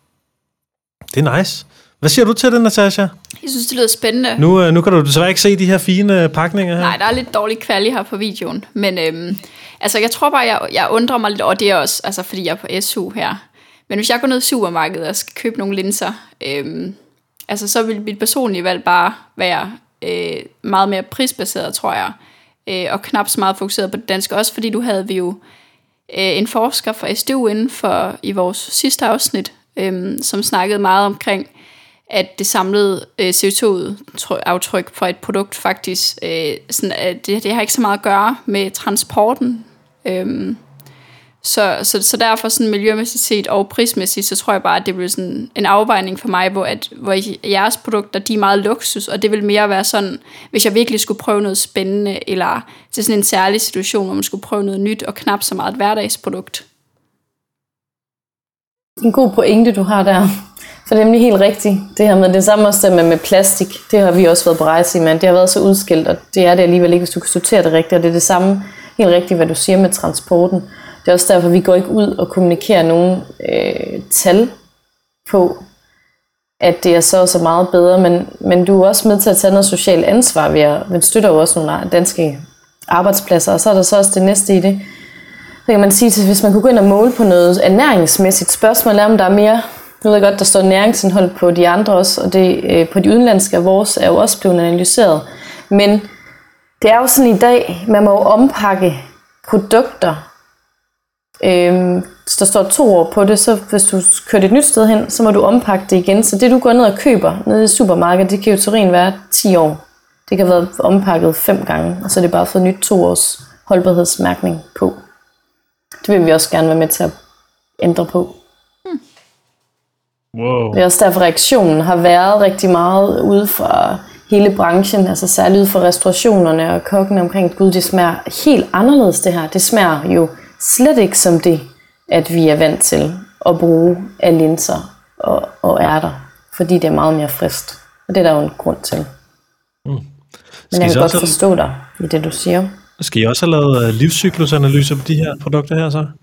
Det er nice. Hvad siger du til det, Natasha? Jeg synes, det lyder spændende. Nu, nu kan du desværre ikke se de her fine pakninger her. Nej, der er lidt dårlig kvalitet her på videoen. Men øhm, altså, jeg tror bare, jeg, jeg undrer mig lidt over det også, altså, fordi jeg er på S U her. Men hvis jeg går ned i supermarkedet og skal købe nogle linser, øhm, altså, så vil mit personlige valg bare være øh, meget mere prisbaseret, tror jeg. Øh, og knap så meget fokuseret på det danske. Også fordi du havde vi jo øh, en forsker fra S D U inden for i vores sidste afsnit, øh, som snakkede meget omkring, at det samlede øh, C O to-aftryk for et produkt faktisk, øh, sådan, at det, det har ikke så meget at gøre med transporten. Øhm, så, så, så derfor sådan miljømæssigt set og prismæssigt, så tror jeg bare, at det bliver sådan en afvejning for mig, hvor, at, hvor jeres produkter, de er meget luksus, og det vil mere være sådan, hvis jeg virkelig skulle prøve noget spændende, eller til sådan en særlig situation, hvor man skulle prøve noget nyt, og knap så meget et hverdagsprodukt. En god pointe, du har der. For det er nemlig helt rigtigt. Det her med det samme også med, med plastik, det har vi også været på rejse i, men det har været så udskilt, og det er det alligevel ikke, hvis du kan sortere det rigtigt. Og det er det samme, helt rigtigt, hvad du siger med transporten. Det er også derfor, vi går ikke ud og kommunikerer nogle øh, tal på, at det er så så meget bedre, men, men du er også med til at tage noget socialt ansvar ved at, men støtter jo også nogle danske arbejdspladser, og så er der så også det næste i det. Så kan man sige, at hvis man kunne gå ind og måle på noget ernæringsmæssigt spørgsmål, er om der er mere. Nu ved jeg godt, der står næringsindhold på de andre også, og det øh, på de udenlandske af vores er jo også blevet analyseret. Men det er jo sådan i dag, man må jo ompakke produkter. Øhm, der står to år på det, så hvis du kører et nyt sted hen, så må du ompakke det igen. Så det du går ned og køber nede i supermarkedet, det kan jo teorien være ti år. Det kan have været ompakket fem gange, og så er det bare fået nyt to års holdbarhedsmærkning på. Det vil vi også gerne være med til at ændre på. Wow. Det er også derfor, reaktionen har været rigtig meget ude fra hele branchen, altså særligt ude fra restaurationerne og kokkene omkring, gud, det smager helt anderledes det her. Det smager jo slet ikke som det, at vi er vant til at bruge af linser og, og ærter, fordi det er meget mere frist. Og det er der jo en grund til. Mm. Men jeg kan godt forstå dig i det, du siger. Skal I også have lavet livscyklusanalyser på de her produkter her så?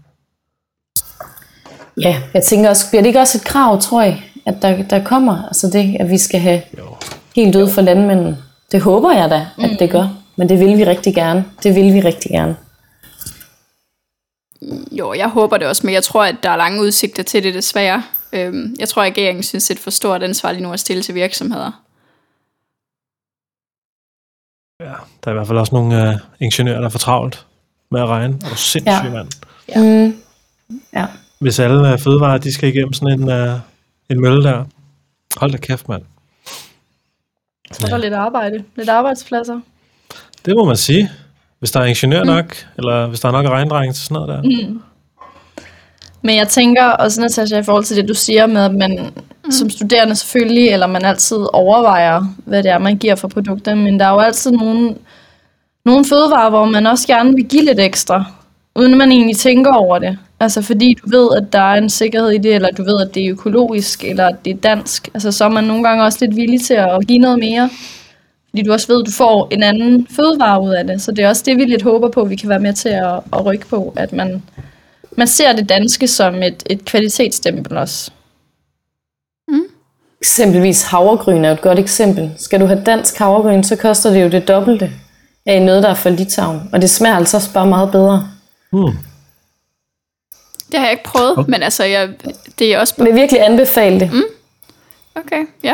Ja, jeg tænker også, bliver det ikke også et krav, tror jeg, at der, der kommer, altså det, at vi skal have jo. Helt ud for landmændene. Det håber jeg da, at det gør, men det vil vi rigtig gerne. Det vil vi rigtig gerne. Jo, jeg håber det også, men jeg tror, at der er lange udsigter til det desværre. Jeg tror, at regeringen synes, at et for stort ansvar lige nu at stille til virksomheder. Ja, der er i hvert fald også nogle øh, ingeniører, der er for travlt med at regne. Og sindssygt, Ja. mand. Ja. Mm. Ja. Hvis alle øh, fødevarer, de skal igennem sådan en, øh, en mølle der. Hold da kæft, mand. Så er der lidt arbejde, lidt arbejdspladser. Det må man sige. Hvis der er ingeniør nok, mm. eller hvis der er nok regndrenge til sådan noget der. Mm. Men jeg tænker også, Natasha, i forhold til det, du siger med, at man mm. som studerende selvfølgelig, eller man altid overvejer, hvad det er, man giver for produkter, men der er jo altid nogle, nogle fødevarer, hvor man også gerne vil give lidt ekstra, uden man egentlig tænker over det. Altså fordi du ved, at der er en sikkerhed i det, eller du ved, at det er økologisk, eller at det er dansk. Altså så er man nogle gange også lidt villig til at give noget mere, fordi du også ved, at du får en anden fødevare ud af det. Så det er også det, vi lidt håber på, at vi kan være med til at, at rykke på, at man, man ser det danske som et, et kvalitetsstempel også. Mm. Eksempelvis havregryn er et godt eksempel. Skal du have dansk havregryn, så koster det jo det dobbelte af noget, der er fra Litauen. Og det smager altså også bare meget bedre. Mm. Det har jeg ikke prøvet, okay. men altså, jeg, det er også... Jeg vil virkelig anbefale det. Mm. Okay, ja.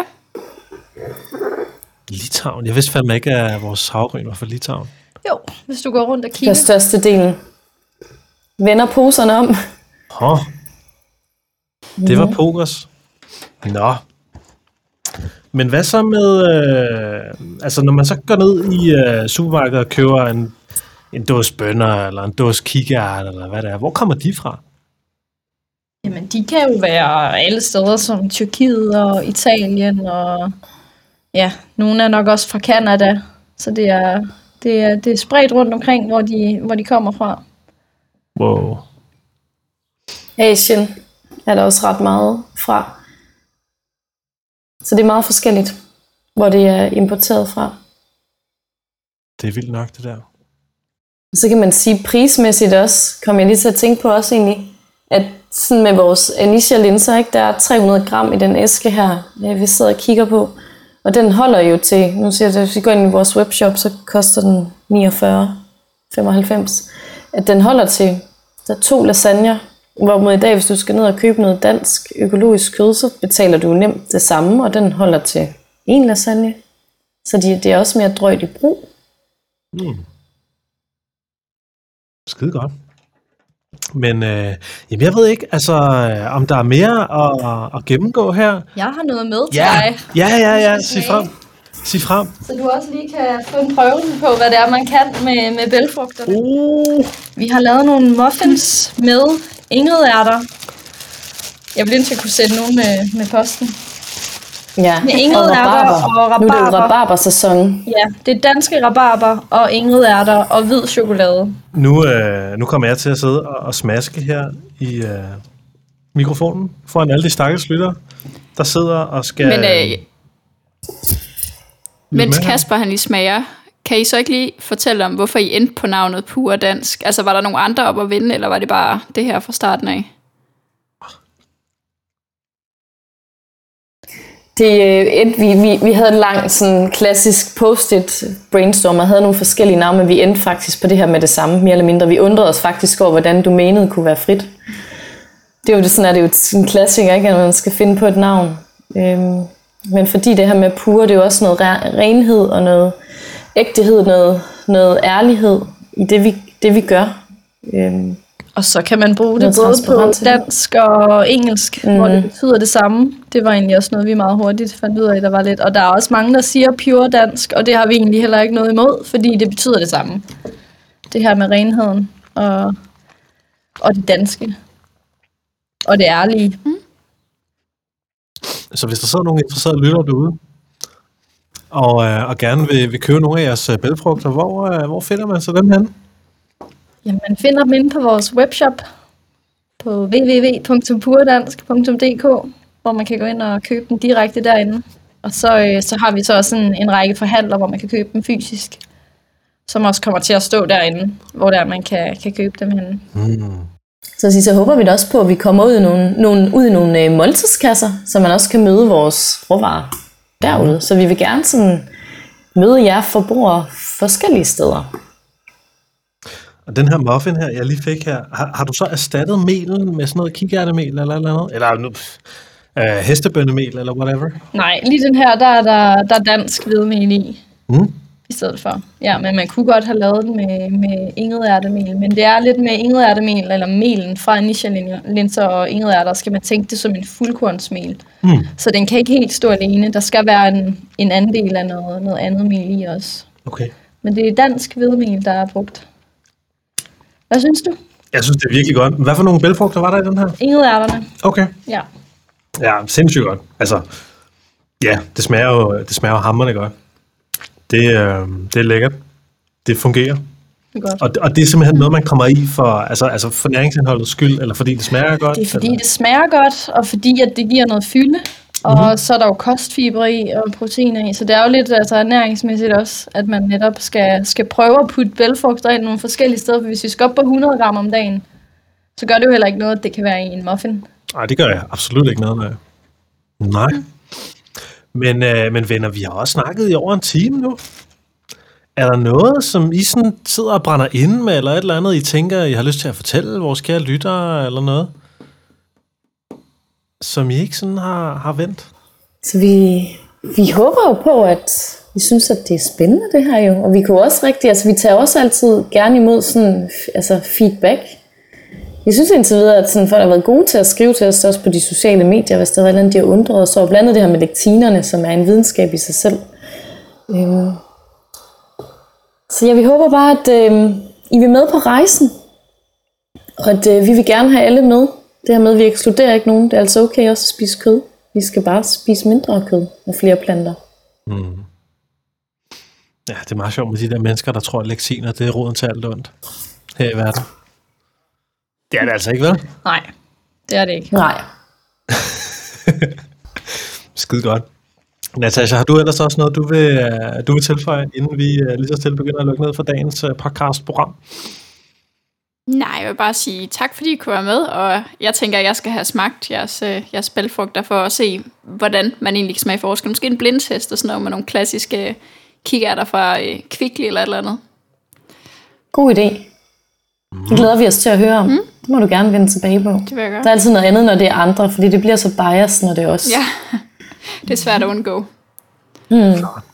Litauen? Jeg vidste fandme ikke, at vores havregryn var fra Litauen. Jo, hvis du går rundt og Det kigger. er største delen. Vender poserne om. Hå. Det var pokers. Nå. Men hvad så med... Øh, altså, når man så går ned i øh, supermarkedet og køber en, en dåse bønner, eller en dåse kikærter, eller hvad det er. Hvor kommer de fra? Jamen, de kan jo være alle steder, som Tyrkiet og Italien, og ja, nogle er nok også fra Canada. Så det er, det er, det er spredt rundt omkring, hvor de, hvor de kommer fra. Wow. Asien er der også ret meget fra. Så det er meget forskelligt, hvor det er importeret fra. Det er vildt nok, det der. Og så kan man sige prismæssigt også, kom jeg lige til at tænke på også egentlig, at sådan med vores Anicia linser, ikke, der er tre hundrede gram i den æske her, vi sidder og kigger på. Og den holder jo til, nu siger jeg, hvis vi går ind i vores webshop, så koster den niogfyrre femoghalvfems. At den holder til, der er to lasagner, hvorimod i dag, hvis du skal ned og købe noget dansk økologisk kød, så betaler du nemt det samme, og den holder til en lasagne. Så de, det er også mere drøjt i brug. Mm. Skide godt. Men øh, jamen jeg ved ikke, altså, øh, om der er mere at, at gennemgå her. Jeg har noget med til Ja, dig. ja, ja, ja. Sig frem. Sig frem. Så du også lige kan få en prøvelse på, hvad det er, man kan med, med bælgfrugterne. Uh. Vi har lavet nogle muffins med ingredærter. Jeg bliver nødt til at kunne sætte nogle med, med posten. Ja, Med ingredærter og rabarber. Nu er det jo rabarbersæson. Ja, det er danske rabarber og ingredærter og hvid chokolade. Nu, øh, nu kommer jeg til at sidde og, og smaske her i øh, mikrofonen foran alle de stakkels lyttere, der sidder og skal... Men øh, lytte mens med her. Kasper han lige smager, kan I så ikke lige fortælle om, hvorfor I endte på navnet Pure Dansk? Altså, var der nogle andre op at vinde, eller var det bare det her fra starten af? Det, et, vi, vi, vi havde en lang sådan, klassisk post-it brainstorm og havde nogle forskellige navne, men vi endte faktisk på det her med det samme, mere eller mindre. Vi undrede os faktisk over, hvordan domænet kunne være frit. Det er jo det, sådan er det jo en klassiker, ikke, at man skal finde på et navn. Øhm, men fordi det her med pure, det er jo også noget renhed og noget ægtehed, noget, noget ærlighed i det, vi, det, vi gør. Øhm, Og så kan man bruge det Noget både på transparens i det. dansk og engelsk, mm. hvor det betyder det samme. Det var egentlig også noget, vi meget hurtigt fandt ud af, der var lidt. Og der er også mange, der siger pure dansk, og det har vi egentlig heller ikke noget imod, fordi det betyder det samme. Det her med renheden og, og det danske. Og det ærlige. Mm. Så hvis der sidder nogle interesserede lyttere derude, og, øh, og gerne vil, vil købe nogle af jeres øh, bælgfrugter, hvor, øh, hvor finder man så dem henne? Jamen, man finder dem inde på vores webshop på w w w punktum puredansk punktum d k, hvor man kan gå ind og købe dem direkte derinde. Og så, øh, så har vi så også en, en række forhandlere, hvor man kan købe dem fysisk, som også kommer til at stå derinde, hvor der man kan, kan købe dem henne. Mm. Så, så håber vi da også på, at vi kommer ud i nogle, nogle, ud i nogle øh, måltidskasser, så man også kan møde vores råvarer derude. Så vi vil gerne sådan møde jer forbrugere forskellige steder. Og den her muffin her, jeg lige fik her, har, har du så erstattet melen med sådan noget kikærtemel eller eller andet? Eller nu, øh, hestebønnemel eller whatever? Nej, lige den her, der er der, der er dansk hvedemel i. Mm. i stedet for. Ja, men man kunne godt have lavet den med, med engelærtemel, men det er lidt med engelærtemel, eller melen fra Initialinser og engelærter, skal man tænke det som en fuldkornsmel. Mm. Så den kan ikke helt stå alene. Der skal være en, en anden del af noget, noget andet mel i også. Okay. Men det er dansk hvedemel, der er brugt. Hvad synes du? Jeg synes, det er virkelig godt. Hvad for nogle bælgfrugter var der i den her? Engelærterne. Okay. Ja. Ja, sindssygt godt. Altså, ja, det smager jo, det smager jo hamrende godt. Det, øh, det er lækkert. Det fungerer. Det er godt. Og, og det er simpelthen noget, man kommer i for, altså, altså for næringsindholdets skyld, eller fordi det smager godt? Det er fordi, eller? det smager godt, og fordi at det giver noget fylde. Og mm-hmm. så er der jo kostfibre i og proteiner i, så det er jo lidt altså, ernæringsmæssigt også, at man netop skal, skal prøve at putte bælgfrugter ind nogle forskellige steder, for hvis vi skal op på hundrede gram om dagen, så gør det jo heller ikke noget, at det kan være i en muffin. Nej, det gør jeg absolut ikke noget med. Nej. Mm. Men, øh, men venner, vi har også snakket i over en time nu. Er der noget, som I sådan sidder og brænder inde med, eller et eller andet, I tænker, I har lyst til at fortælle vores kære lyttere, eller noget? Som I ikke sådan har, har vendt? Så vi, vi håber jo på, at vi synes, at det er spændende det her jo. Og vi kunne også rigtig, altså vi tager også altid gerne imod sådan, altså feedback. Jeg synes indtil videre, at sådan, folk har været gode til at skrive til os også på de sociale medier, hvis der var noget, de har undret os over. Blandt andet det her med lektinerne, som er en videnskab i sig selv. Øhm. Så ja, vi håber bare, at øh, I vil med på rejsen. Og at øh, vi vil gerne have alle med. Det her med, at vi ekskluderer ikke nogen. Det er altså okay også at spise kød. Vi skal bare spise mindre kød og flere planter. Mm. Ja, det er meget sjovt med de der mennesker, der tror, at lektiner, det er roden til alt ondt her i verden. Det er det altså ikke, vel? Nej, det er det ikke. Nej. Skide godt. Natasha, har du ellers også noget, du vil, du vil tilføje, inden vi lige så stille begynder at lukke ned for dagens podcastprogram? Nej, jeg vil bare sige tak, fordi I kunne være med, og jeg tænker, at jeg skal have smagt jeres, jeres bælgfrugter for at se, hvordan man egentlig kan smage forskel. Måske en blindtest og sådan noget med nogle klassiske kikærter fra øh, Kvickly eller et eller andet. God idé. Mm. Det glæder vi os til at høre om. Mm. Det må du gerne vende tilbage på. Det vil jeg gøre. Der er altid noget andet, når det er andre, fordi det bliver så biased, når det er os. Ja, det er svært at undgå. Mm.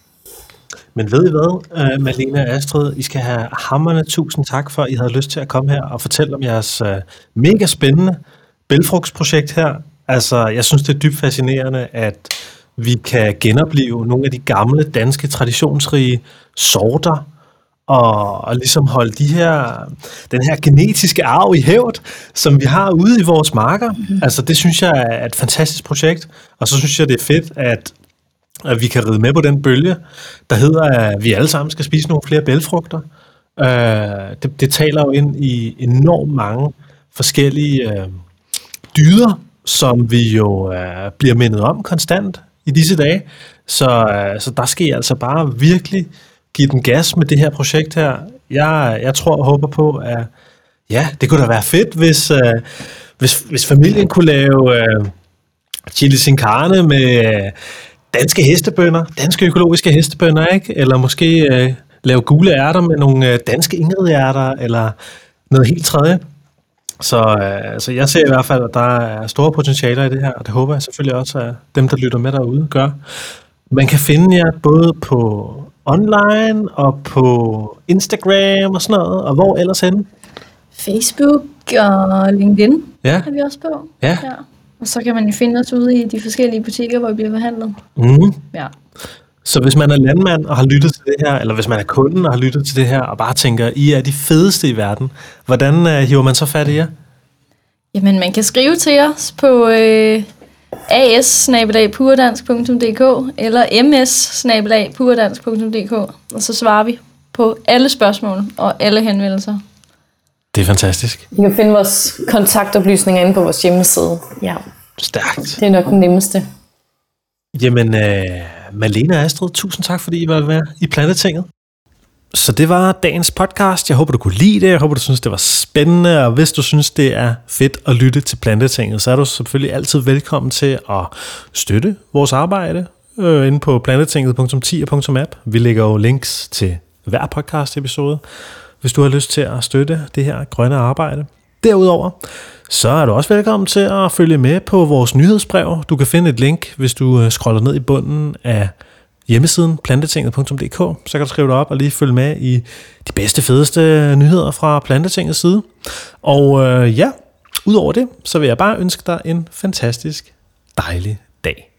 Men ved I hvad, uh, Malene og Astrid, I skal have hamrende tusind tak for, at I havde lyst til at komme her og fortælle om jeres uh, mega spændende bælgfrugtsprojekt her. Altså, jeg synes, det er dybt fascinerende, at vi kan genopleve nogle af de gamle danske traditionsrige sorter, og, og ligesom holde de her, den her genetiske arv i hævd, som vi har ude i vores marker. Mm-hmm. Altså, det synes jeg er et fantastisk projekt, og så synes jeg, det er fedt, at at vi kan ride med på den bølge, der hedder, at vi alle sammen skal spise nogle flere bælgfrugter. Uh, det, det taler jo ind i enormt mange forskellige uh, dyder, som vi jo uh, bliver mindet om konstant i disse dage. Så, uh, så der skal I altså bare virkelig give den gas med det her projekt her. Jeg, jeg tror og håber på, at ja, det kunne da være fedt, hvis, uh, hvis, hvis familien kunne lave uh, chili sin carne med uh, danske hestebønner, danske økologiske hestebønner, ikke? Eller måske øh, lave gule ærter med nogle øh, danske ingredærter, eller noget helt tredje. Så øh, altså, jeg ser i hvert fald, at der er store potentialer i det her, og det håber jeg selvfølgelig også, at dem, der lytter med derude, gør. Man kan finde jer både på online og på Instagram og sådan noget, og hvor ellers henne? Facebook og LinkedIn ja. er vi også på. Ja. ja. Og så kan man jo finde os ude i de forskellige butikker, hvor vi bliver behandlet. Mm. Ja. Så hvis man er landmand og har lyttet til det her, eller hvis man er kunden og har lyttet til det her, og bare tænker, I er de fedeste i verden, hvordan uh, hiver man så fat i jer? Jamen, man kan skrive til os på øh, a s bindestreg puredansk punktum d k eller m s bindestreg puredansk punktum d k, og så svarer vi på alle spørgsmål og alle henvendelser. Det er fantastisk. I kan finde vores kontaktoplysninger inde på vores hjemmeside. Ja. Stærkt. Det er nok den nemmeste. Jamen, øh, Malene og Astrid, tusind tak, fordi I var med i Plantetinget. Så det var dagens podcast. Jeg håber, du kunne lide det. Jeg håber, du synes, det var spændende. Og hvis du synes, det er fedt at lytte til Plantetinget, så er du selvfølgelig altid velkommen til at støtte vores arbejde øh, inde på plantetinget punktum ti punktum app. Vi lægger jo links til hver podcast episode, hvis du har lyst til at støtte det her grønne arbejde. Derudover, så er du også velkommen til at følge med på vores nyhedsbrev. Du kan finde et link, hvis du scroller ned i bunden af hjemmesiden plantetinget punktum d k, så kan du skrive dig op og lige følge med i de bedste, fedeste nyheder fra Plantetingets side. Og øh, ja, udover det, så vil jeg bare ønske dig en fantastisk dejlig dag.